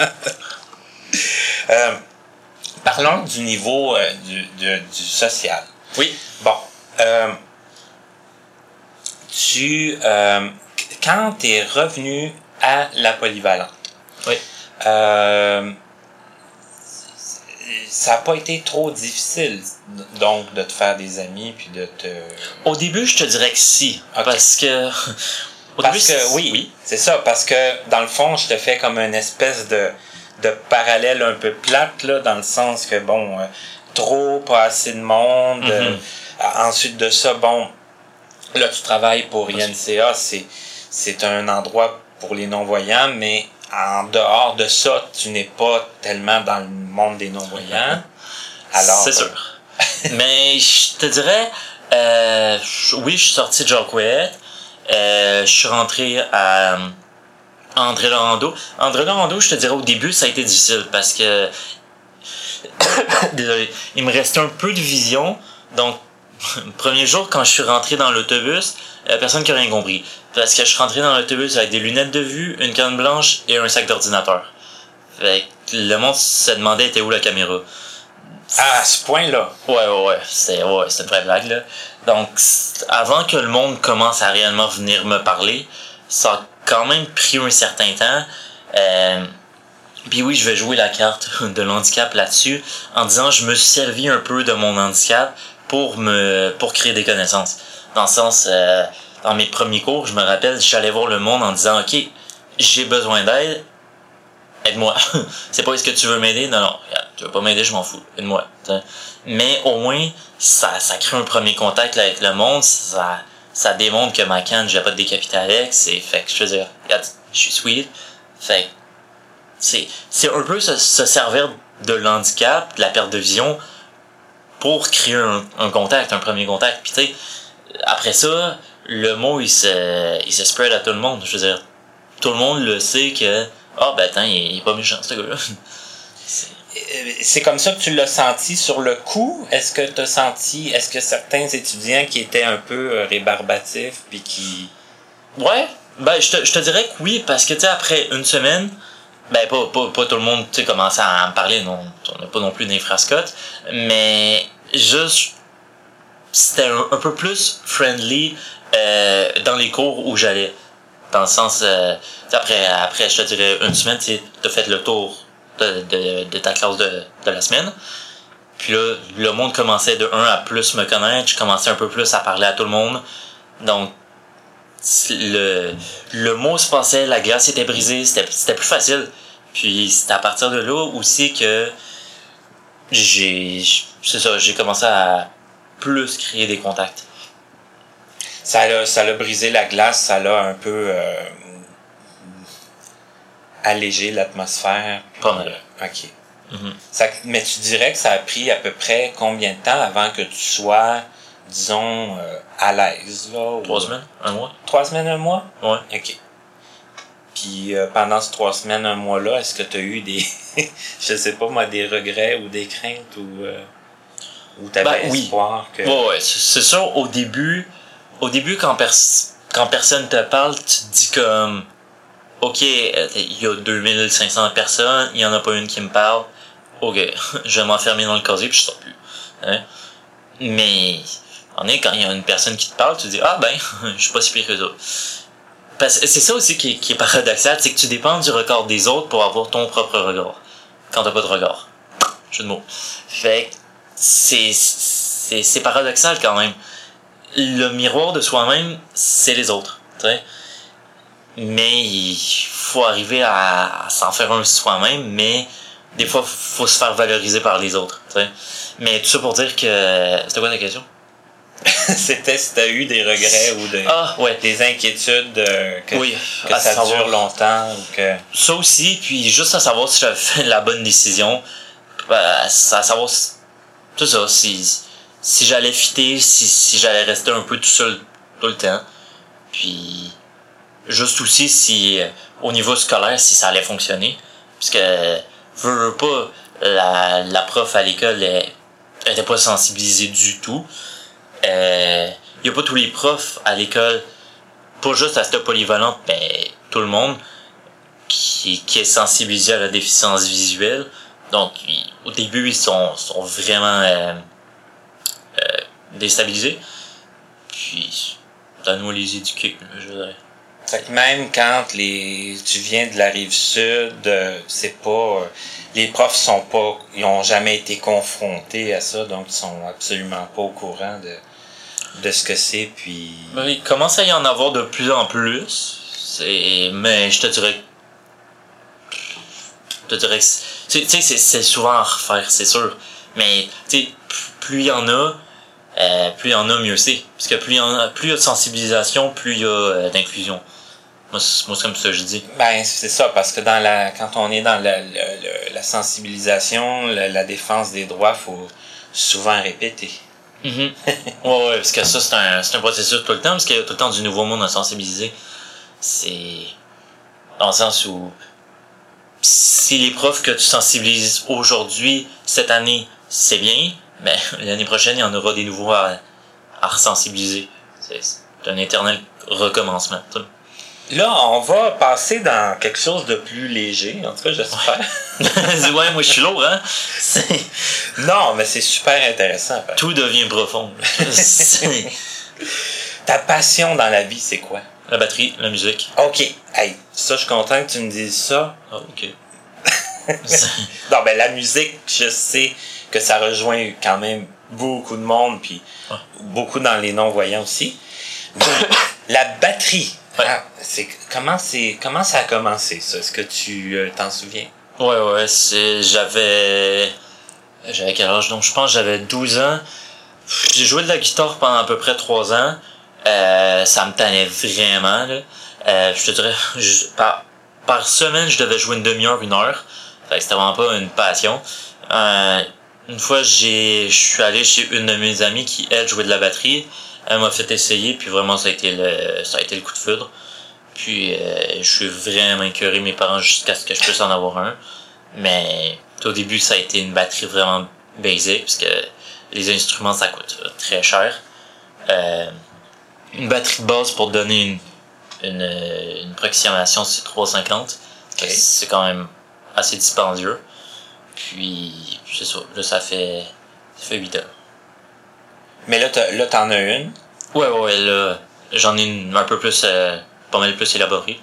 euh, parlons du niveau euh, du, du, du social. Oui. Bon. Euh, tu... Euh, quand tu es revenu à la polyvalente, oui. Euh, ça n'a pas été trop difficile, donc, de te faire des amis puis de te... Au début, je te dirais que si. Okay. Parce que... Au parce début, que, oui, oui, c'est ça. Parce que, dans le fond, je te fais comme une espèce de, de parallèle un peu plate, là, dans le sens que, bon, euh, trop, pas assez de monde. Mm-hmm. Euh, ensuite de ça, bon, là, tu travailles pour I N C A, c'est, c'est un endroit pour les non-voyants, mais en dehors de ça, tu n'es pas tellement dans le monde des non-voyants. Alors, c'est sûr. Mais je te dirais, euh, oui, je suis sorti de Jacques-Ouellette. Euh, je suis rentré à André Laurando. André Laurando, je te dirais, au début, ça a été difficile parce que... Désolé. Il me restait un peu de vision. Donc, le premier jour, quand je suis rentré dans l'autobus, il n'y a personne qui a rien compris. Parce que je suis rentré dans l'autobus avec des lunettes de vue, une canne blanche et un sac d'ordinateur. Fait que le monde se demandait était où la caméra. Ah, à ce point-là? Ouais, ouais, ouais. C'était, ouais, c'était une vraie blague, là. Donc, avant que le monde commence à réellement venir me parler, ça a quand même pris un certain temps. Euh, Puis oui, je vais jouer la carte de l'handicap là-dessus, en disant je me suis servi un peu de mon handicap pour me pour créer des connaissances. Dans le sens, euh, dans mes premiers cours, je me rappelle, j'allais voir le monde en disant ok, j'ai besoin d'aide, aide-moi. C'est pas est-ce que tu veux m'aider? Non, non, regarde, tu veux pas m'aider, je m'en fous, aide-moi. T'sais. Mais au moins, ça, ça crée un premier contact là, avec le monde, ça, ça démontre que ma canne, je vais pas te décapiter avec, c'est fait que je veux dire, regarde, je suis sweet. Fait que c'est, c'est un peu se, se servir de l'handicap, de la perte de vision, pour créer un, un contact, un premier contact. Puis tu sais, après ça, le mot il se, il se spread à tout le monde. Je veux dire, tout le monde le sait que ah ben attends, il, il est pas méchant ce gars-là. C'est... c'est comme ça que tu l'as senti sur le coup? Est-ce que tu as senti, est-ce que certains étudiants qui étaient un peu rébarbatifs puis qui... Ouais, ben je te, je te dirais que oui, parce que tu sais, après une semaine, ben pas, pas, pas tout le monde tu sais commençait à me parler, non, on n'a pas non plus d'infrascotte, mais juste c'était un, un peu plus friendly euh, dans les cours où j'allais. Dans le sens, euh, après, après, je te dirais, une semaine, tu as fait le tour de, de, de ta classe de, de la semaine. Puis là, le monde commençait de un à plus me connaître. Je commençais un peu plus à parler à tout le monde. Donc, le, le mot se passait, la glace était brisée, c'était, c'était plus facile. Puis c'est à partir de là aussi que j'ai, c'est ça, j'ai commencé à plus créer des contacts. Ça l'a, ça l'a brisé la glace, ça l'a un peu euh, allégé l'atmosphère. Pas mal. Euh, ok. Mm-hmm. Ça, mais tu dirais que ça a pris à peu près combien de temps avant que tu sois, disons, euh, à l'aise, là? Trois ou... semaines, un mois. Trois semaines, un mois? Ouais. Ok. Puis euh, pendant ces trois semaines, un mois-là, est-ce que tu as eu des, je sais pas moi, des regrets ou des craintes ou, euh, ou t'avais ben, espoir oui. que... Ouais, ouais, c'est, c'est sûr, au début, au début quand, pers- quand personne te parle, tu te dis comme, ok, il y a deux mille cinq cents personnes, il y en a pas une qui me parle, ok, je vais m'enfermer dans le casier puis je sors plus. Hein? Mais, on est quand il y a une personne qui te parle, tu te dis, ah ben, je suis pas si pire que ça. Parce que c'est ça aussi qui est, qui est paradoxal, c'est que tu dépends du regard des autres pour avoir ton propre regard. Quand t'as pas de regard. Jeu de mots. Fait que c'est, c'est, c'est paradoxal quand même. Le miroir de soi-même, c'est les autres. T'sais. Mais il faut arriver à, à s'en faire un soi-même, mais des fois, faut se faire valoriser par les autres. T'sais. Mais tout ça pour dire que... C'était quoi ta question? C'était si t'as eu des regrets ou de, ah, ouais. des inquiétudes euh, que, oui, que ça savoir, dure longtemps ou que... Ça aussi, puis juste à savoir si j'avais fait la bonne décision, ben, à savoir tout ça, si, si j'allais fitter, si, si j'allais rester un peu tout seul tout le temps, puis juste aussi si au niveau scolaire si ça allait fonctionner, parce que veux, veux pas, la, la prof à l'école elle, elle était pas sensibilisée du tout. Euh, y a pas tous les profs à l'école, pas juste à cette polyvalente, mais tout le monde qui, qui est sensibilisé à la déficience visuelle. Donc, ils, au début, ils sont, sont vraiment euh, euh, déstabilisés. Puis, c'est à nous les éduquer, je dirais. Fait que même quand les tu viens de la rive sud, euh, c'est pas euh, les profs sont pas ils ont jamais été confrontés à ça, donc ils sont absolument pas au courant de de ce que c'est, puis Ben, il commence à y en avoir de plus en plus. C'est, mais je te dirais je te dirais que tu sais c'est, c'est souvent à refaire, c'est sûr. Mais tu sais plus il y en a, euh, plus il y en a, mieux c'est. Parce que plus il y en a, plus il y a de sensibilisation, plus il y a euh, d'inclusion. Moi c'est, moi, c'est comme ça que je dis. Ben, c'est ça, parce que dans la quand on est dans la, la, la sensibilisation, la, la défense des droits, faut souvent répéter. Mm-hmm. ouais, ouais, parce que ça, c'est un, c'est un processus tout le temps, parce qu'il y a tout le temps du nouveau monde à sensibiliser. C'est dans le sens où si les profs que tu sensibilises aujourd'hui, cette année, c'est bien, ben, l'année prochaine, il y en aura des nouveaux à, à ressensibiliser. C'est, c'est un éternel recommencement. Ça. Là, on va passer dans quelque chose de plus léger, en tout cas, j'espère. Ouais, ouais moi je suis lourd, hein? C'est... Non, mais c'est super intéressant. Fait. Tout devient profond. C'est... Ta passion dans la vie, c'est quoi? La batterie, la musique. OK. Hey, ça, je suis content que tu me dises ça. Ah, ok. Non, ben la musique, je sais que ça rejoint quand même beaucoup de monde, puis ah. beaucoup dans les non-voyants aussi. La batterie. Ouais. Ah, c'est, comment, c'est, comment ça a commencé, ça? Est-ce que tu euh, t'en souviens? Ouais, ouais, c'est... J'avais... J'avais quel âge? Donc, je pense que j'avais douze ans. J'ai joué de la guitare pendant à peu près trois ans. Euh, ça me tannait vraiment, là. Euh, je te dirais, je, par, par semaine, je devais jouer une demi-heure, une heure. Fait que c'était vraiment pas une passion. Euh, une fois, j'ai, je suis allé chez une de mes amies qui, elle, jouait de la batterie. Elle m'a fait essayer, puis vraiment, ça a été le, ça a été le coup de foudre. Puis, euh, je suis vraiment écœuré mes parents jusqu'à ce que je puisse en avoir un. Mais, au début, ça a été une batterie vraiment basic, parce que les instruments, ça coûte très cher. Euh, une batterie de base pour donner une, une, une approximation, c'est trois cent cinquante. Okay. C'est quand même assez dispendieux. Puis, c'est ça. Là, ça fait, ça fait huit ans. Mais là, t'as, là, t'en as une? Ouais, ouais, ouais, là, j'en ai une un peu plus, euh, pas mal plus élaborée.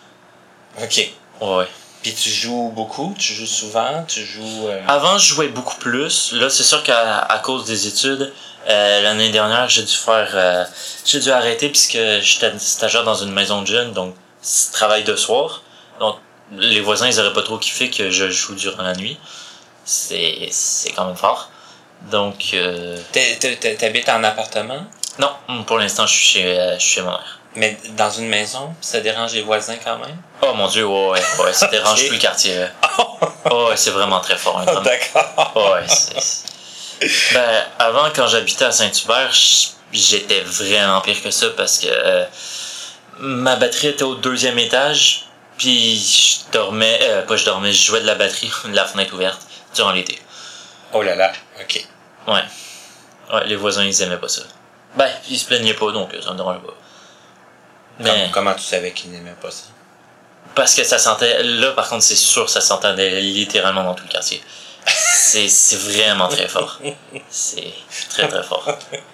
OK. Ouais. Puis tu joues beaucoup? Tu joues souvent? Tu joues... Euh... Avant, je jouais beaucoup plus. Là, c'est sûr qu'à à cause des études, euh, l'année dernière, j'ai dû faire... Euh, j'ai dû arrêter puisque j'étais stagiaire dans une maison de jeunes, donc travail de soir. Donc, les voisins, ils auraient pas trop kiffé que je joue durant la nuit. C'est, c'est quand même fort. Donc... Euh... T'habites en appartement? Non, pour l'instant, je suis chez, euh, je suis chez ma mère. Mais dans une maison, ça dérange les voisins quand même? Oh mon Dieu, ouais, ouais, ouais ça dérange okay. Tout le quartier. Oh, ouais, c'est vraiment très fort. Hein, oh, d'accord. Oh, ouais, c'est, c'est... Ben, avant, quand j'habitais à Saint-Hubert, j'étais vraiment pire que ça parce que euh, ma batterie était au deuxième étage, puis je dormais, euh, pas je dormais, je jouais de la batterie, de la fenêtre ouverte, durant l'été. Oh là là, ok. Ouais. Ouais, les voisins, ils aimaient pas ça. Ben, ils se plaignaient pas, donc ça me dérange pas. Mais... Comment, comment tu savais qu'ils n'aimaient pas ça? Parce que ça sentait... Là, par contre, c'est sûr, ça s'entendait littéralement dans tout le quartier. C'est, c'est vraiment très fort. C'est très, très fort.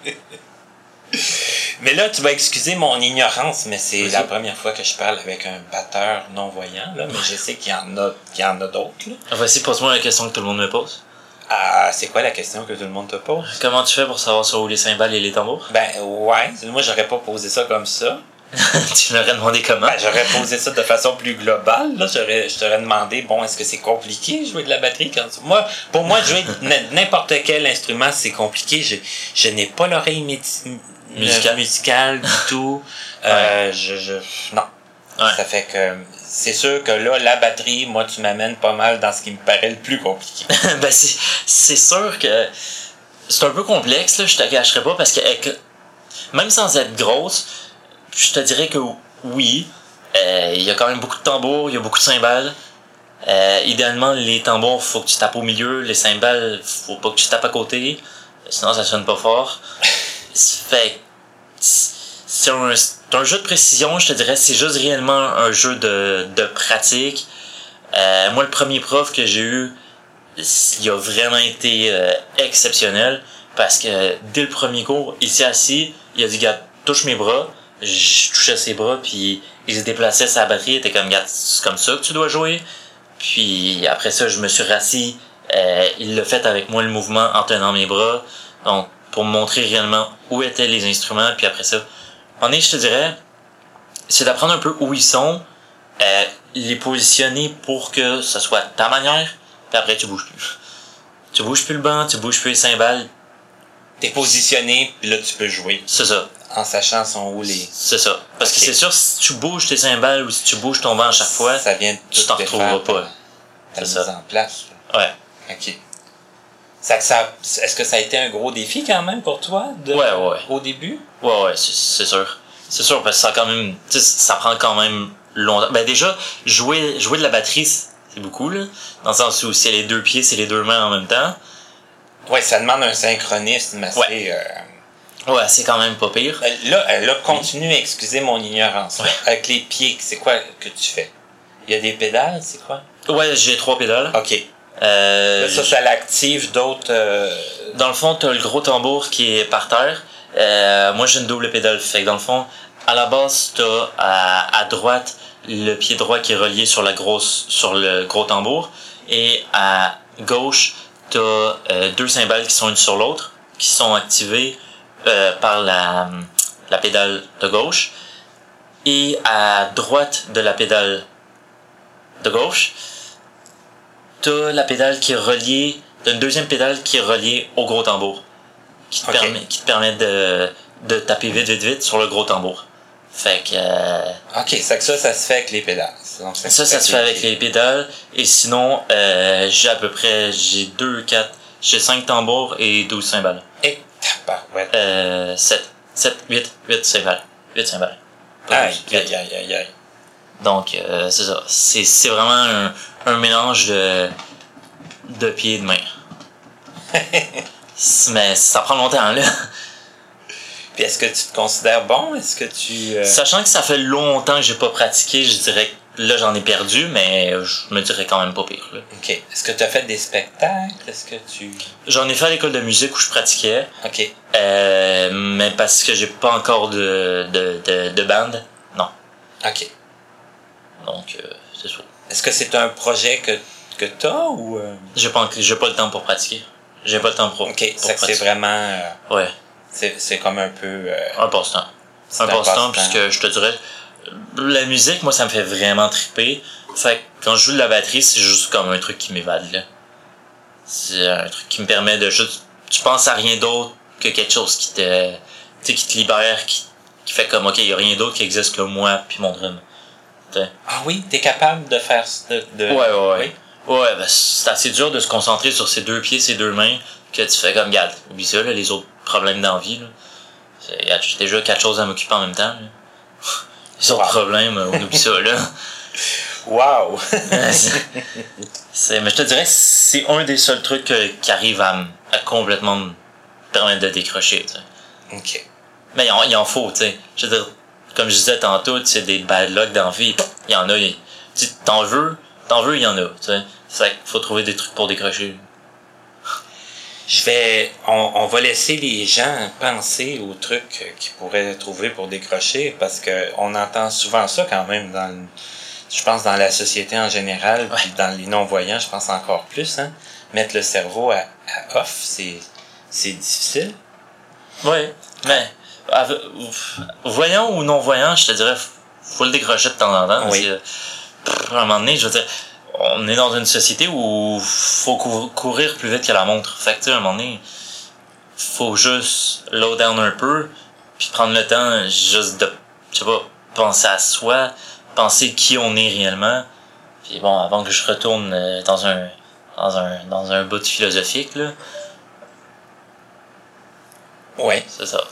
Mais là, tu vas excuser mon ignorance, mais c'est oui. La première fois que je parle avec un batteur non-voyant, là, mais je sais qu'il y en a, qu'il y en a d'autres. Là. Voici, pose-moi la question que tout le monde me pose. Ah, c'est quoi la question que tout le monde te pose? Comment tu fais pour savoir sur où les cymbales et les tambours? Ben, ouais. Moi, j'aurais pas posé ça comme ça. Tu m'aurais demandé comment? Ben, j'aurais posé ça de façon plus globale. Là, j'aurais, je t'aurais demandé, bon, est-ce que c'est compliqué jouer de la batterie quand tu... Moi, pour moi, jouer n'importe quel instrument, c'est compliqué. Je, je n'ai pas l'oreille méti... musicale. musicale du tout. Ouais. Euh, je, je, non. Ouais. Ça fait que c'est sûr que là, la batterie, moi, tu m'amènes pas mal dans ce qui me paraît le plus compliqué. Ben, c'est, c'est sûr que c'est un peu complexe, là, je te cacherai pas, parce que même sans être grosse, je te dirais que oui, euh, il y a quand même beaucoup de tambours, il y a beaucoup de cymbales. Euh, idéalement, les tambours, faut que tu tapes au milieu, les cymbales, faut pas que tu tapes à côté, sinon ça sonne pas fort. Fait c'est un, c'est un jeu de précision, je te dirais, c'est juste réellement un jeu de, de pratique. Euh, moi, le premier prof que j'ai eu, il a vraiment été euh, exceptionnel, parce que dès le premier cours, il s'est assis, il a dit, gars, touche mes bras. Je touchais ses bras, puis il se déplaçait sa batterie, il était comme, gars, c'est comme ça que tu dois jouer. Puis après ça, je me suis rassis, euh, il l'a fait avec moi le mouvement en tenant mes bras, donc pour me montrer réellement où étaient les instruments. Puis après ça, en est, je te dirais, c'est d'apprendre un peu où ils sont, euh, les positionner pour que ça soit ta manière, puis après tu bouges plus. Tu bouges plus le banc, tu bouges plus les cymbales. T'es positionné, puis là tu peux jouer. C'est ça. En sachant son où les... C'est ça. Parce okay. que c'est sûr, si tu bouges tes cymbales ou si tu bouges ton banc à chaque fois, ça vient tu t'en retrouveras pas. C'est ça. En place. Là. Ouais. OK. Ça, ça, est-ce que ça a été un gros défi quand même pour toi de, ouais, ouais. au début? Ouais, ouais, c'est, c'est sûr. C'est sûr, parce que ça, quand même, ça prend quand même longtemps. Ben déjà, jouer, jouer de la batterie, c'est beaucoup, là. Dans le sens où c'est les deux pieds, c'est les deux mains en même temps. Ouais, ça demande un synchronisme assez... Ouais. Euh... Ouais, c'est quand même pas pire. Là, là continue à excuser mon ignorance. Ouais. Avec les pieds, c'est quoi que tu fais? Il y a des pédales, c'est quoi? Ouais, j'ai trois pédales. OK. Euh, Là, ça, ça l'active d'autres... Euh... Dans le fond, t'as le gros tambour qui est par terre. Euh, moi, j'ai une double pédale. Fait que dans le fond, à la base, t'as à, à droite le pied droit qui est relié sur la grosse, sur le gros tambour. Et à gauche, t'as euh, deux cymbales qui sont une sur l'autre, qui sont activées euh, par la, la pédale de gauche. Et à droite de la pédale de gauche, t'as la pédale qui est reliée, t'as une deuxième pédale qui est reliée au gros tambour, qui te Okay. permet, qui te permet de, de taper vite, vite, vite sur le gros tambour. Fait que, euh, OK, c'est que ça, ça se fait avec les pédales. Donc, ça, ça se fait avec les pédales, et sinon, euh, j'ai à peu près, j'ai deux, quatre, j'ai cinq tambours et douze cymbales. Et tabarouette. Euh, sept, sept, huit, huit cymbales. huit cymbales. Pas Aïe, douze, aïe, aïe, aïe, aïe. Donc, euh, c'est ça. C'est, c'est vraiment un, un mélange de, de pieds et de mains. Mais ça prend longtemps, là. Puis est-ce que tu te considères bon? Est-ce que tu... Euh... Sachant que ça fait longtemps que j'ai pas pratiqué, je dirais que là, j'en ai perdu, mais je me dirais quand même pas pire, là. OK. Est-ce que tu as fait des spectacles? Est-ce que tu... J'en ai fait à l'école de musique où je pratiquais. OK. Euh, mais parce que j'ai pas encore de, de, de, de band, non. OK. Donc, euh, c'est ça. Est-ce que c'est un projet que, que tu as ou... Euh... J'ai pas, j'ai pas le temps pour pratiquer. J'ai pas le temps pour, OK, pour c'est que pratiquer. c'est vraiment... Euh, Ouais. c'est, c'est comme un peu... Euh, un passe-temps. c'est Un un passe-temps, passe-temps. puisque je te dirais, la musique, moi, ça me fait vraiment triper. Fait que quand je joue de la batterie, c'est juste comme un truc qui m'évade, là. C'est un truc qui me permet de juste... Tu penses à rien d'autre que quelque chose qui te... Tu sais, qui te libère, qui, qui fait comme, OK, il y a rien d'autre qui existe que moi puis mon drum. T'sais. Ah oui, t'es capable de faire... De, de... Ouais, ouais, ouais. Oui? Ouais, ben, c'est assez dur de se concentrer sur ses deux pieds, ses deux mains, que tu fais comme, garde, oublie ça, là, les autres problèmes d'envie, là. Il y a déjà quatre choses à m'occuper en même temps, là. Les autres Wow. problèmes, on oublie ça, là. Wow! c'est, c'est, mais je te dirais, c'est un des seuls trucs que, qui arrive à, m- à complètement me permettre de décrocher, tu sais. OK. Mais il en, il en faut, tu sais. Je veux dire, comme je disais tantôt, tu sais, des bad luck dans la vie, il y en a, il, tu sais, t'en veux, t'en veux, il y en a, tu sais. C'est vrai qu'il faut trouver des trucs pour décrocher. Je vais... On, on va laisser les gens penser aux trucs qu'ils pourraient trouver pour décrocher, parce que on entend souvent ça quand même dans le... Je pense dans la société en général, Ouais. puis dans les non-voyants, je pense encore plus, hein. Mettre le cerveau à, à off, c'est, c'est difficile. Ouais, mais, ave- voyant ou non-voyant, je te dirais, faut le décrocher de temps en temps. Oui. Parce que, pff, à un moment donné, je veux dire, on est dans une société où faut cou- courir plus vite que la montre. Fait que, tu sais, à un moment donné, faut juste low down un peu, puis prendre le temps juste de, je sais pas, penser à soi, penser qui on est réellement. Puis bon, avant que je retourne euh, dans un, dans un, dans un bout philosophique, là, Ouais. c'est ça.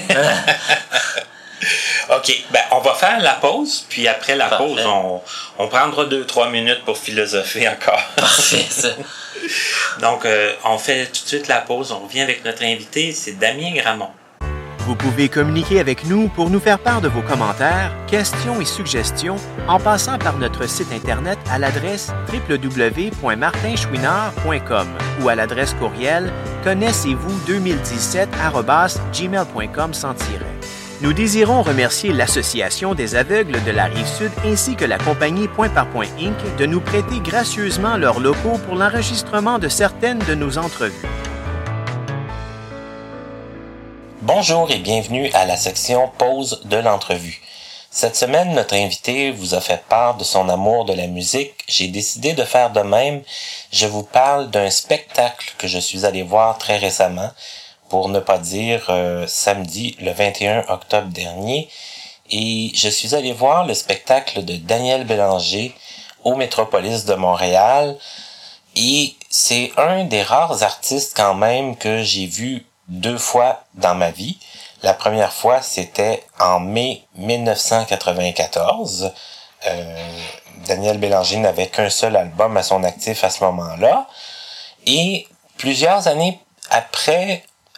OK, ben on va faire la pause, puis après la Parfait. pause, on, on prendra deux, trois minutes pour philosopher encore. Parfait, ça. Donc, euh, on fait tout de suite la pause, on revient avec notre invité, c'est Damien Gramont. Vous pouvez communiquer avec nous pour nous faire part de vos commentaires, questions et suggestions en passant par notre site Internet à l'adresse w w w point martin chouinard point com ou à l'adresse courriel connaissez-vous deux mille dix-sept arobase gmail point com sans tiret. Nous désirons remercier l'Association des aveugles de la Rive-Sud ainsi que la compagnie Point par Point Incorporée de nous prêter gracieusement leurs locaux pour l'enregistrement de certaines de nos entrevues. Bonjour et bienvenue à la section pause de l'entrevue. Cette semaine, notre invité vous a fait part de son amour de la musique. J'ai décidé de faire de même. Je vous parle d'un spectacle que je suis allé voir très récemment, pour ne pas dire euh, samedi le vingt et un octobre dernier. Et je suis allé voir le spectacle de Daniel Bélanger au Métropolis de Montréal. Et c'est un des rares artistes quand même que j'ai vu deux fois dans ma vie. La première fois, c'était en mai mille neuf cent quatre-vingt-quatorze. Euh, Daniel Bélanger n'avait qu'un seul album à son actif à ce moment-là. Et plusieurs années après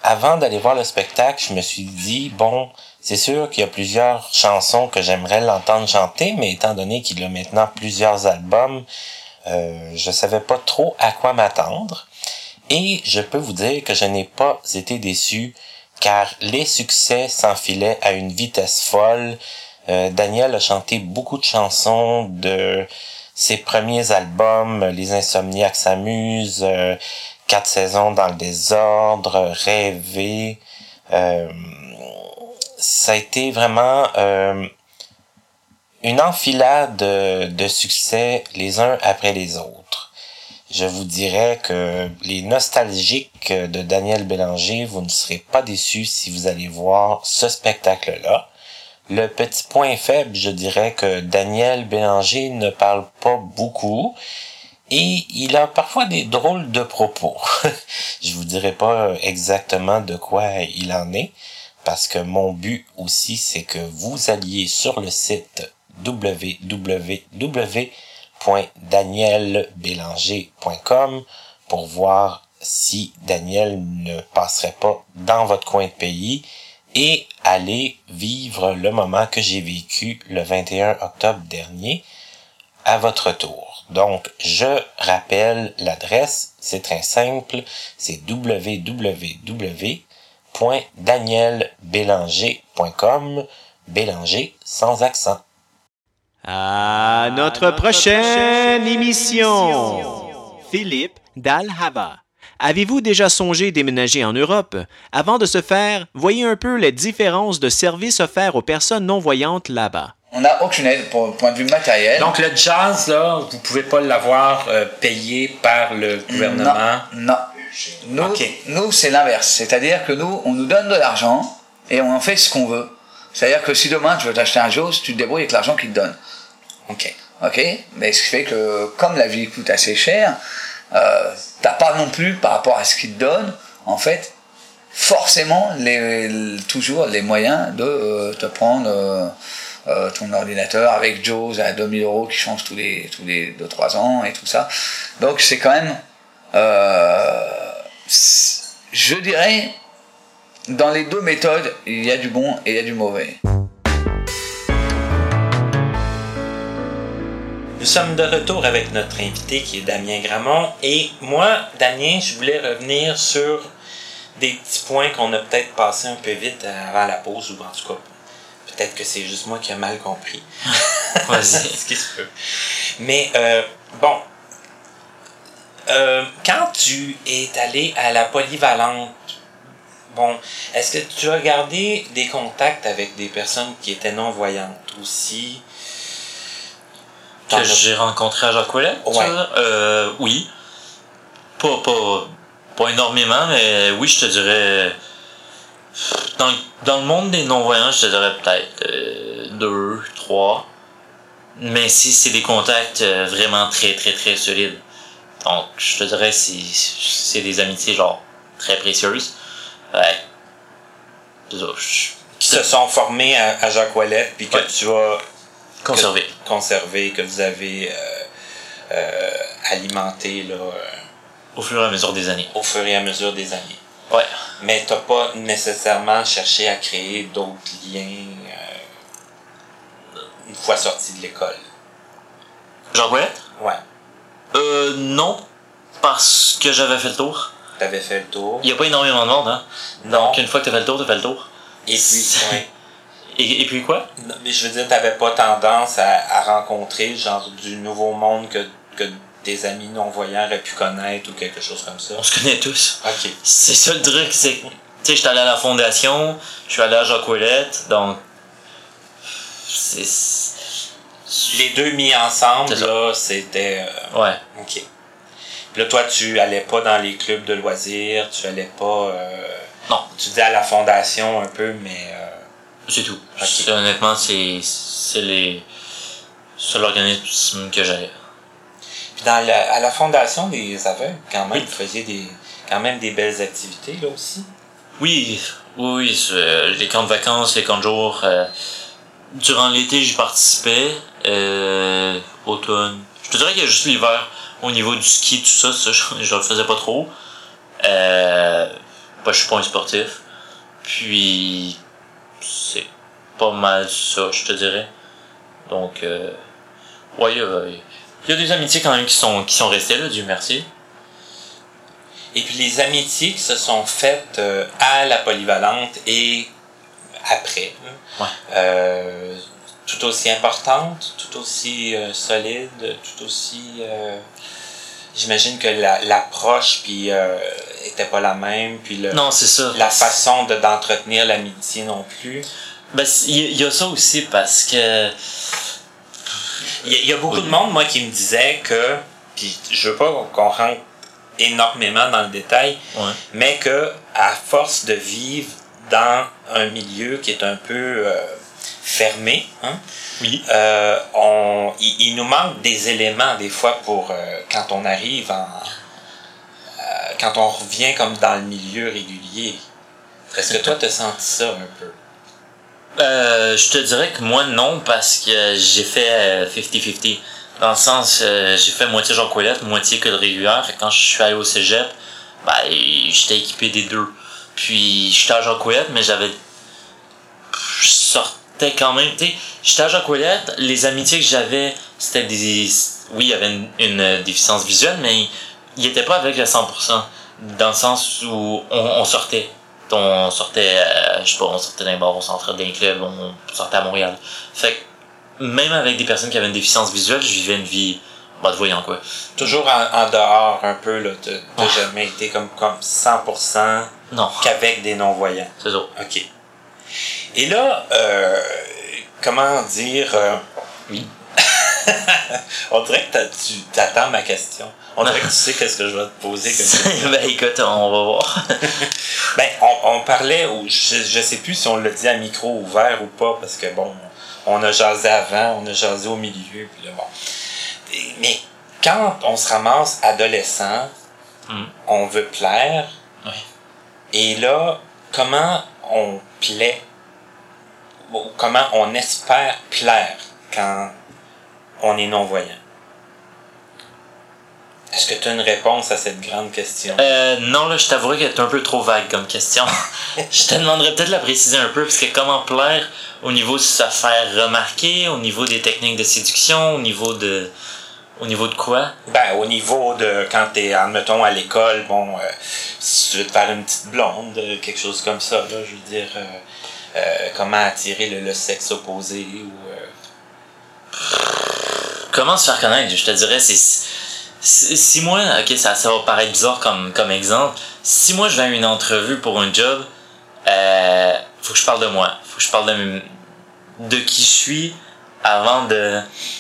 avant d'aller voir le spectacle, je me suis dit, bon, c'est sûr qu'il y a plusieurs chansons que j'aimerais l'entendre chanter, mais étant donné qu'il a maintenant plusieurs albums, euh, je savais pas trop à quoi m'attendre. Et je peux vous dire que je n'ai pas été déçu, car les succès s'enfilaient à une vitesse folle. Euh, Daniel a chanté beaucoup de chansons de ses premiers albums, Les Insomniaques s'amusent, euh, Quatre saisons dans le désordre, Rêver. Euh, ça a été vraiment euh, une enfilade de, de succès les uns après les autres. Je vous dirais que les nostalgiques de Daniel Bélanger, vous ne serez pas déçus si vous allez voir ce spectacle-là. Le petit point faible, je dirais que Daniel Bélanger ne parle pas beaucoup et il a parfois des drôles de propos. Je vous dirai pas exactement de quoi il en est, parce que mon but aussi, c'est que vous alliez sur le site w w w point daniel bélanger point com pour voir si Daniel ne passerait pas dans votre coin de pays et aller vivre le moment que j'ai vécu le vingt et un octobre dernier à votre tour. Donc, je rappelle l'adresse, c'est très simple, c'est w w w point daniel bélanger point com, Bélanger sans accent. À notre prochaine émission! Philippe Dalhava. Avez-vous déjà songé déménager en Europe? Avant de se faire, voyez un peu les différences de services offerts aux personnes non-voyantes là-bas. On n'a aucune aide pour point de vue matériel. Donc le jazz, là, vous pouvez pas l'avoir euh, payé par le gouvernement? Non, non. Nous, okay. nous c'est l'inverse. C'est-à-dire que nous, on nous donne de l'argent et on en fait ce qu'on veut. C'est-à-dire que si demain tu veux t'acheter un Jaws, tu te débrouilles avec l'argent qu'ils te donnent. Ok. Ok. Mais ce qui fait que comme la vie coûte assez cher, euh, t'as pas non plus par rapport à ce qu'ils te donnent, en fait, forcément les, les, toujours les moyens de euh, te prendre euh, euh, ton ordinateur avec Jaws à deux mille euros qui change tous les tous les deux trois ans et tout ça. Donc c'est quand même, euh, je dirais, dans les deux méthodes, il y a du bon et il y a du mauvais. Nous sommes de retour avec notre invité qui est Damien Gramont. Et moi, Damien, je voulais revenir sur des petits points qu'on a peut-être passé un peu vite avant la pause, ou en tout cas, peut-être que c'est juste moi qui ai mal compris. Vas-y. Ce qui se peut. Mais, euh, bon, euh, quand tu es allé à la polyvalente, bon, est-ce que tu as gardé des contacts avec des personnes qui étaient non-voyantes aussi? Que j'ai rencontré à Jacques Ouellet? Ouais. Euh, oui. Pas, pas, pas énormément, mais oui, je te dirais. Dans, dans le monde des non-voyants, je te dirais peut-être euh, deux, trois. Mais si c'est des contacts euh, vraiment très, très, très solides. Donc, je te dirais c'est c'est des amitiés genre très précieuses. Ouais. C'est ça. Je, Qui se sont formés à, à Jacques Ouellet, puis que ouais. tu as conservé. Que, conservé, que vous avez euh, euh, alimenté là, euh, au fur et à mesure des années. Au fur et à mesure des années. Ouais. Mais t'as pas nécessairement cherché à créer d'autres liens euh, une fois sorti de l'école. Jacques Ouellet? Ouais. Euh, non. Parce que j'avais fait le tour. T'avais fait le tour. Il n'y a pas énormément de monde, hein? Non. Donc, une fois que t'as fait le tour, t'as fait le tour. Et puis, ouais. et, et puis quoi? Non, mais je veux dire, t'avais pas tendance à, à rencontrer genre du nouveau monde que, que tes amis non-voyants auraient pu connaître ou quelque chose comme ça? On se connaît tous. Ok. C'est ça le truc, c'est que, tu sais, j'étais allé à la fondation, je suis allé à Jacques Ouellet, donc, c'est... Les deux mis ensemble, c'est là, c'était... Euh, ouais. Ok. Puis là, toi, tu allais pas dans les clubs de loisirs, tu allais pas... Euh, non. Tu dis à la fondation un peu, mais... Euh, c'est tout. Okay. C'est, honnêtement, c'est, c'est les... C'est l'organisme que j'allais. Puis dans la, à la fondation des aveugles, quand même, oui. vous faisiez des, quand même des belles activités, là aussi? Oui, oui, oui. Euh, les camps de vacances, les camps de jour... Euh, durant l'été, j'y participais. Euh, automne. Je te dirais qu'il y a juste l'hiver. Au niveau du ski, tout ça, ça je, je le faisais pas trop. Euh, bah, je suis pas un sportif. Puis, c'est pas mal ça, je te dirais. Donc, euh, ouais, il euh, y a des amitiés quand même qui sont, qui sont restées, là, Dieu merci. Et puis les amitiés qui se sont faites euh, à la polyvalente et après, ouais. euh, tout aussi importantes, tout aussi euh, solides, tout aussi... Euh, j'imagine que la, l'approche puis euh, était pas la même, puis le, non, c'est ça. La façon de, d'entretenir l'amitié non plus. Ben, il y, y a ça aussi parce que... Il y, y a beaucoup oui. de monde, moi, qui me disait que, puis je veux pas qu'on rentre énormément dans le détail, ouais. mais que à force de vivre dans un milieu qui est un peu euh, fermé, hein, oui. euh, on, il, il nous manque des éléments des fois pour euh, quand on arrive en euh, quand on revient comme dans le milieu régulier. Est-ce que toi t'as senti ça un peu? Euh, je te dirais que moi non, parce que j'ai fait cinquante cinquante. Dans le sens, euh, j'ai fait moitié Jean Ouellette, moitié école régulière. Fait que quand je suis allé au cégep, ben, j'étais équipé des deux. Puis j'étais à Jean Ouellette, mais j'avais... Je sortais quand même, tu sais, j'étais à Jean Ouellette, les amitiés que j'avais, c'était des... Oui, il y avait une, une déficience visuelle, mais il était pas avec le cent pour cent. Dans le sens où on, on sortait. On sortait, euh, je sais pas, on sortait d'un bar, on sortait d'un club, on sortait à Montréal. Fait que même avec des personnes qui avaient une déficience visuelle, je vivais une vie, bah, de voyant, quoi. Toujours en, en dehors, un peu, là, t'as, t'as oh. jamais été comme, comme cent pour cent non. Qu'avec des non-voyants. C'est ça. OK. Et là, euh, comment dire... Euh, oui. On dirait que tu t'attends ma question. On dirait que tu sais qu'est-ce que je vais te poser comme question. Ben écoute, on va voir. ben, on, on parlait, ou je, je sais plus si on l'a dit à micro ouvert ou pas, parce que bon, on a jasé avant, on a jasé au milieu, puis là, bon. Et, mais quand on se ramasse adolescent, mm. on veut plaire, oui. Et là, comment on plaît, ou comment on espère plaire quand on est non-voyant? Est-ce que tu as une réponse à cette grande question? Euh, non, là, je t'avouerais qu'elle est un peu trop vague comme question. Je te demanderais peut-être de la préciser un peu, parce que comment plaire au niveau de se faire remarquer, au niveau des techniques de séduction, au niveau de... Au niveau de quoi? Ben, au niveau de quand t'es, admettons, à l'école, bon, euh, si tu veux te faire une petite blonde, quelque chose comme ça, là, je veux dire, euh, euh, comment attirer le, le sexe opposé ou... Euh... Comment se faire connaître? Je te dirais, c'est... Si, si moi, ok, ça, ça va paraître bizarre comme, comme exemple, si moi je vais à une entrevue pour un job, euh, faut que je parle de moi, faut que je parle de, de qui je suis avant de...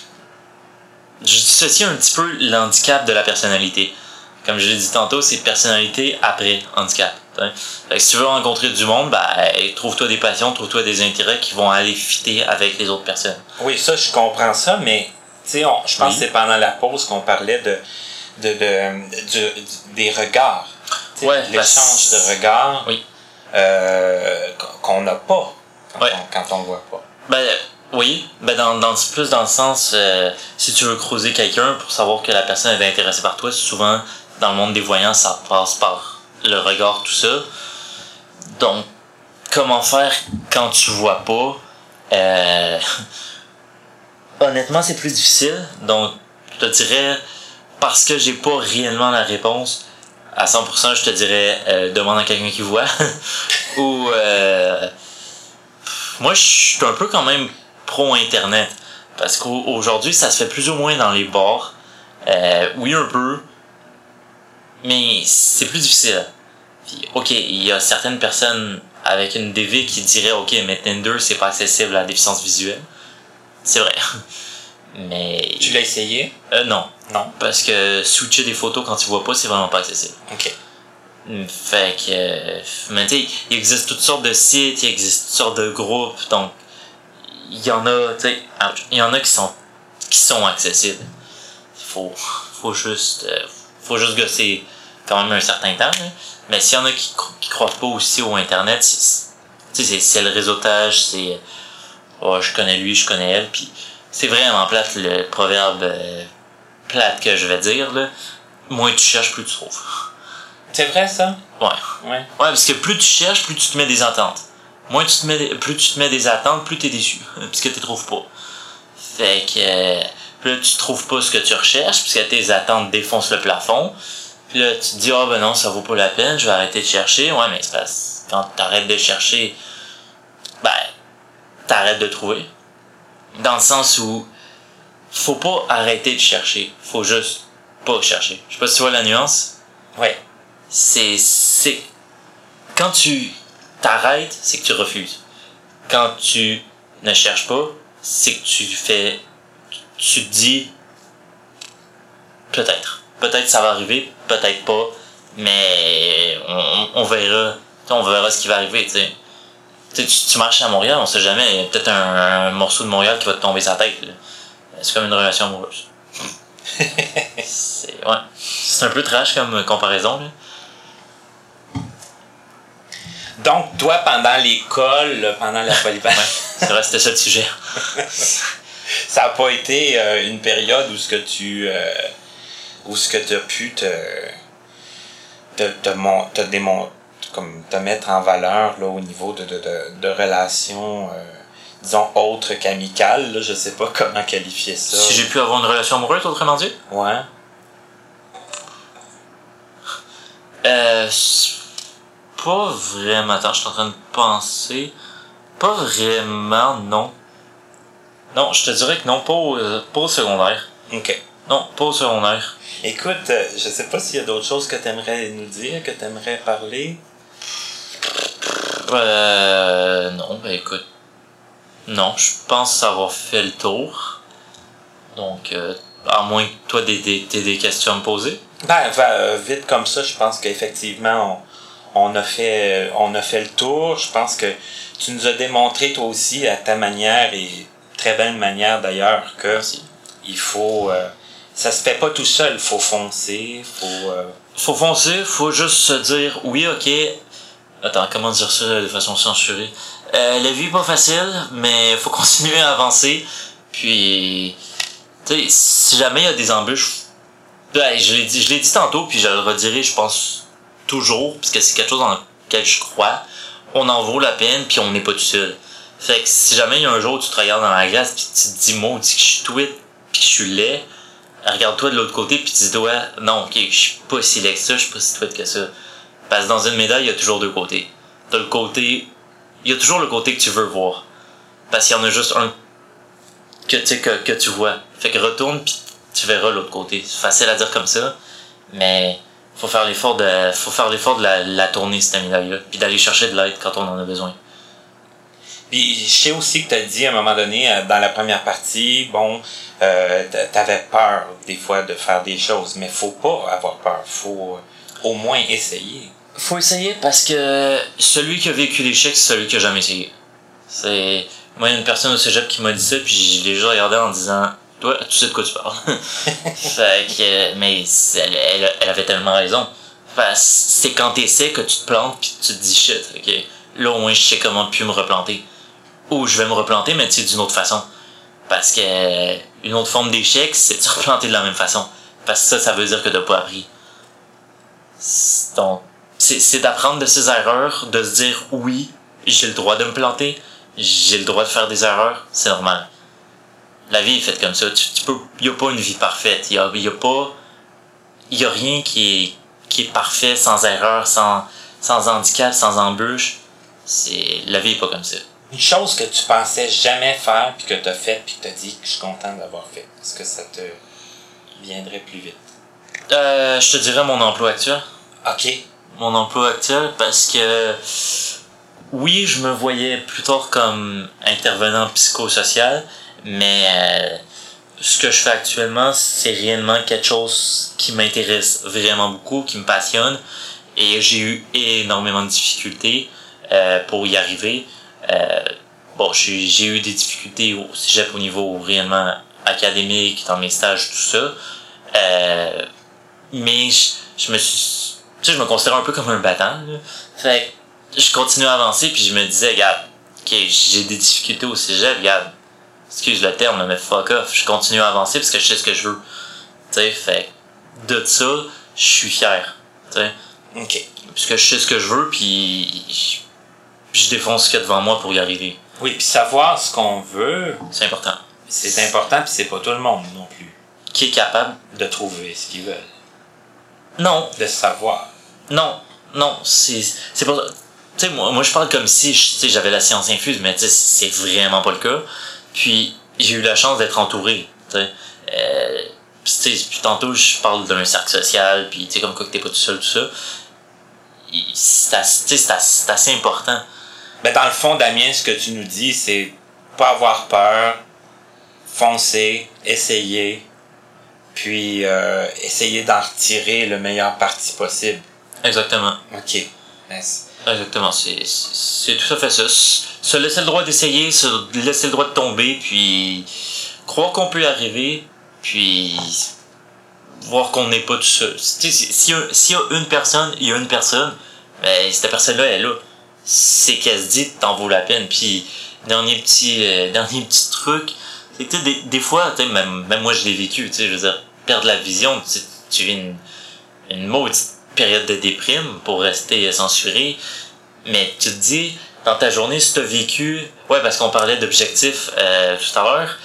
Je dissocie un petit peu l'handicap de la personnalité. Comme je l'ai dit tantôt, c'est personnalité après handicap. Fait que si tu veux rencontrer du monde, ben, trouve-toi des passions, trouve-toi des intérêts qui vont aller fitter avec les autres personnes. Oui, ça, je comprends ça, mais tu sais, je pense oui. que c'est pendant la pause qu'on parlait de, de, de, de, de des regards. Ouais, l'échange bah, de regards oui. euh, qu'on n'a pas quand, ouais. on, quand on le voit pas. Ben, oui, ben dans, dans, plus dans le sens, euh, si tu veux creuser quelqu'un pour savoir que la personne est intéressée par toi, souvent, dans le monde des voyants, ça passe par le regard, tout ça. Donc, comment faire quand tu vois pas? Euh... Honnêtement, c'est plus difficile. Donc, je te dirais, parce que j'ai pas réellement la réponse, à cent pour cent, je te dirais, euh, demande à quelqu'un qui voit. Ou, euh... moi, je suis un peu quand même pro-internet. Parce qu'aujourd'hui, ça se fait plus ou moins dans les bars. Euh, oui, un peu. Mais c'est plus difficile. Puis, ok, il y a certaines personnes avec une D V qui diraient, ok, mais Tinder, c'est pas accessible à la déficience visuelle. C'est vrai. Mais... Tu l'as essayé? Euh, non. Non. Parce que switcher des photos quand tu vois pas, c'est vraiment pas accessible. Ok. Fait que... Mais tu sais, il existe toutes sortes de sites, il existe toutes sortes de groupes, donc... Il y en a, tu sais, il y en a qui sont, qui sont accessibles. Faut, faut juste, euh, faut juste gosser quand même un certain temps, hein. Mais s'il y en a qui, qui croient pas aussi au internet, tu sais, c'est, c'est le réseautage, c'est, oh, je connais lui, je connais elle, puis c'est vraiment plate le proverbe euh, plate que je vais dire, là. Moins tu cherches, plus tu trouves. C'est vrai, ça? Ouais. Ouais. Ouais, parce que plus tu cherches, plus tu te mets des attentes. Moins tu te mets des, plus tu te mets des attentes, plus t'es déçu. Parce que tu trouves pas. Fait que euh, plus tu trouves pas ce que tu recherches, parce que tes attentes défoncent le plafond. Puis là, tu te dis, ah oh, ben non, ça vaut pas la peine, je vais arrêter de chercher. Ouais, mais c'est parce que quand t'arrêtes de chercher, ben, t'arrêtes de trouver. Dans le sens où, faut pas arrêter de chercher. Faut juste pas chercher. Je sais pas si tu vois la nuance. Ouais. C'est, c'est, quand tu t'arrêtes, c'est que tu refuses. Quand tu ne cherches pas, c'est que tu fais, tu te dis, peut-être. Peut-être ça va arriver, peut-être pas, mais on, on verra. T'sais, on verra ce qui va arriver, tu sais. Tu, tu marches à Montréal, on sait jamais, il y a peut-être un, un morceau de Montréal qui va te tomber sa tête, là. C'est comme une relation amoureuse. c'est, ouais. C'est un peu trash comme comparaison, là. Donc, toi, pendant l'école, là, pendant la polyvalence... Ouais, c'est vrai, c'était ça le sujet. Ça n'a pas été euh, une période où ce que tu... Euh, où ce que tu as pu te... te, te, mon, te, démon, comme, te mettre en valeur là, au niveau de, de, de, de relations, euh, disons, autres qu'amicales. Là, je sais pas comment qualifier ça. Si j'ai pu avoir une relation amoureuse, autrement dit? Ouais. Euh... Pas vraiment. Attends, je suis en train de penser. Pas vraiment, non. Non, je te dirais que non, pas au, pas au secondaire. Ok. Non, pas au secondaire. Écoute, euh, je sais pas s'il y a d'autres choses que tu aimerais nous dire, que tu aimerais parler. Euh... Non, ben écoute. Non, je pense avoir fait le tour. Donc, euh, à moins que toi, t'aies des, des, des questions à me poser. Ben, euh, vite comme ça, je pense qu'effectivement, on... On a fait, on a fait le tour. Je pense que tu nous as démontré toi aussi à ta manière et très belle manière d'ailleurs que Merci. Il faut, euh, ça se fait pas tout seul. Faut foncer, faut. Euh... Faut foncer, faut juste se dire oui, ok. Attends, comment dire ça de façon censurée. Euh, la vie est pas facile, mais faut continuer à avancer. Puis, tu sais, si jamais il y a des embûches, ben, je l'ai dit, je l'ai dit tantôt, puis je le redirai, je pense. Toujours, parce que c'est quelque chose dans lequel je crois, on en vaut la peine, puis on n'est pas tout seul. Fait que si jamais il y a un jour où tu te regardes dans la glace, puis tu te dis, moi, tu dis que je suis tweet, puis que je suis laid, regarde-toi de l'autre côté, puis tu te dis, ouais, non, ok, je suis pas si laid que ça, je suis pas si tweet que ça. Parce que dans une médaille, il y a toujours deux côtés. T'as le côté, il y a toujours le côté que tu veux voir. Parce qu'il y en a juste un que, tu sais, que, que tu vois. Fait que retourne, puis tu verras l'autre côté. C'est facile à dire comme ça, mais faut faire l'effort de faut faire l'effort de la, la tourner cette médaille-là, puis d'aller chercher de l'aide quand on en a besoin. Puis je sais aussi que tu as dit à un moment donné dans la première partie, bon, euh, t'avais peur des fois de faire des choses, mais faut pas avoir peur, faut au moins essayer. Faut essayer parce que celui qui a vécu l'échec, c'est celui qui a jamais essayé. C'est moi, il y a une personne au cégep qui m'a dit ça, puis je l'ai juste regardé en disant, toi, tu sais de quoi tu parles. Fait que, mais elle, elle, elle avait tellement raison. Parce que c'est quand t'essaies que tu te plantes pis tu te dis shit, ok. Là, au moins, je sais comment plus me replanter. Ou je vais me replanter, mais tu sais, d'une autre façon. Parce que, une autre forme d'échec, c'est de se replanter de la même façon. Parce que ça, ça veut dire que t'as pas appris. Donc, c'est, c'est d'apprendre de ses erreurs, de se dire oui, j'ai le droit de me planter, j'ai le droit de faire des erreurs, c'est normal. La vie est faite comme ça. Tu, tu peux, y a pas une vie parfaite. Y a, y a pas, y a rien qui est, qui est parfait, sans erreur, sans, sans handicap, sans embûche. C'est, la vie est pas comme ça. Une chose que tu pensais jamais faire puis que t'as fait puis que t'as dit que je suis content d'avoir fait. Est-ce que ça te viendrait plus vite? Euh, je te dirais mon emploi actuel. Ok. Mon emploi actuel parce que oui, je me voyais plutôt comme intervenant psychosocial. Mais euh, ce que je fais actuellement, c'est réellement quelque chose qui m'intéresse vraiment beaucoup, qui me passionne. Et j'ai eu énormément de difficultés euh, pour y arriver. Euh, bon, j'ai, j'ai eu des difficultés au cégep au niveau réellement académique, dans mes stages, tout ça. Euh, mais je, je me suis... Tu sais, je me considère un peu comme un battant, là. Fait que je continue à avancer, puis je me disais, regarde, ok, j'ai des difficultés au cégep, regarde, excuse le terme, mais fuck off, je continue à avancer parce que je sais ce que je veux. Tu sais, fait de ça, je suis fier. Tu sais, OK. Parce que je sais ce que je veux, puis je défonce ce qu'il y a devant moi pour y arriver. Oui, puis savoir ce qu'on veut, c'est important. C'est important, puis c'est pas tout le monde non plus. Qui est capable de trouver ce qu'ils veulent. Non. De savoir. Non, non, c'est, c'est pas... Tu sais, moi, moi je parle comme si j'avais la science infuse, mais c'est vraiment pas le cas. Puis j'ai eu la chance d'être entouré, tu sais. Euh, puis tantôt, je parle d'un cercle social, puis tu sais, comme quoi que t'es pas tout seul, tout ça. C'est assez, c'est assez important. Ben, dans le fond, Damien, ce que tu nous dis, c'est pas avoir peur, foncer, essayer, puis euh, essayer d'en retirer le meilleur parti possible. Exactement. OK. Merci. Exactement, c'est, c'est tout à fait ça. Se laisser le droit d'essayer, se laisser le droit de tomber, puis croire qu'on peut y arriver, puis voir qu'on n'est pas tout seul. S'il y, si y a une personne, il y a une personne, ben cette personne-là elle est là. C'est qu'elle se dit, t'en vaut la peine. Puis, dernier petit, euh, dernier petit truc, c'est que des, des fois, même, même moi je l'ai vécu, je veux dire, perdre la vision, tu vis une, une maudite période de déprime pour rester censuré, mais tu te dis, dans ta journée, si tu as vécu, ouais, parce qu'on parlait d'objectifs euh, tout à l'heure,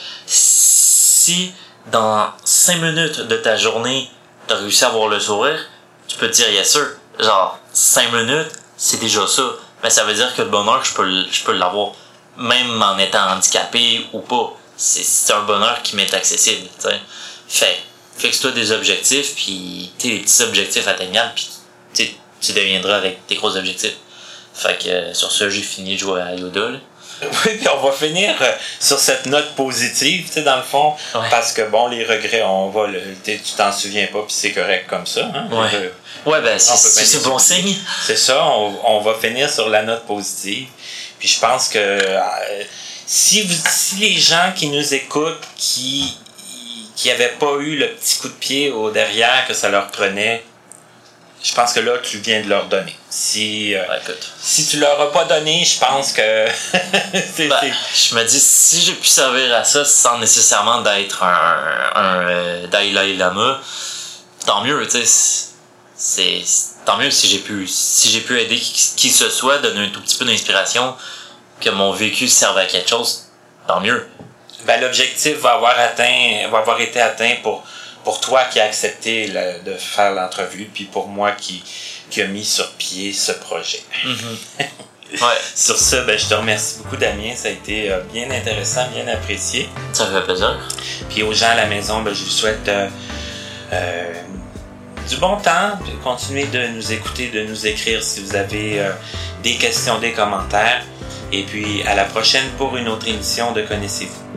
si dans cinq minutes de ta journée, tu as réussi à avoir le sourire, tu peux te dire, yes sir, genre, cinq minutes, c'est déjà ça. Mais ça veut dire que le bonheur, je peux, je peux l'avoir, même en étant handicapé ou pas. C'est un bonheur qui m'est accessible, tu sais. Fait fixe-toi des objectifs, puis t'es des petits objectifs atteignables, puis tu deviendras avec tes gros objectifs. Fait que euh, sur ça, j'ai fini de jouer à Yoda, là. Oui, puis on va finir euh, sur cette note positive, tu sais, dans le fond, ouais. Parce que bon, les regrets, on va le, tu t'en souviens pas, puis c'est correct comme ça, hein? Ouais, euh, ouais ben c'est bon signe. C'est ça, on, on va finir sur la note positive, puis je pense que euh, si, vous, si les gens qui nous écoutent, qui qui n'avaient pas eu le petit coup de pied au derrière que ça leur prenait, je pense que là, tu viens de leur donner. Si, euh, ouais, écoute. Si tu leur as pas donné, je pense que... c'est, ben, je me dis, si j'ai pu servir à ça sans nécessairement d'être un, un euh, Dalai Lama, tant mieux, tu sais. C'est, tant mieux si j'ai pu, si j'ai pu aider qui, qui que ce soit, donner un tout petit peu d'inspiration, que mon vécu serve à quelque chose, tant mieux. Ben, l'objectif va avoir atteint, va avoir été atteint pour, pour toi qui as accepté le, de faire l'entrevue, puis pour moi qui, qui a mis sur pied ce projet. Mm-hmm. Ouais. Sur ce, ben, je te remercie beaucoup, Damien. Ça a été euh, bien intéressant, bien apprécié. Ça fait plaisir. Puis aux gens à la maison, ben, je vous souhaite euh, euh, du bon temps. Continuez de nous écouter, de nous écrire si vous avez euh, des questions, des commentaires. Et puis à la prochaine pour une autre émission de Connaissez-vous.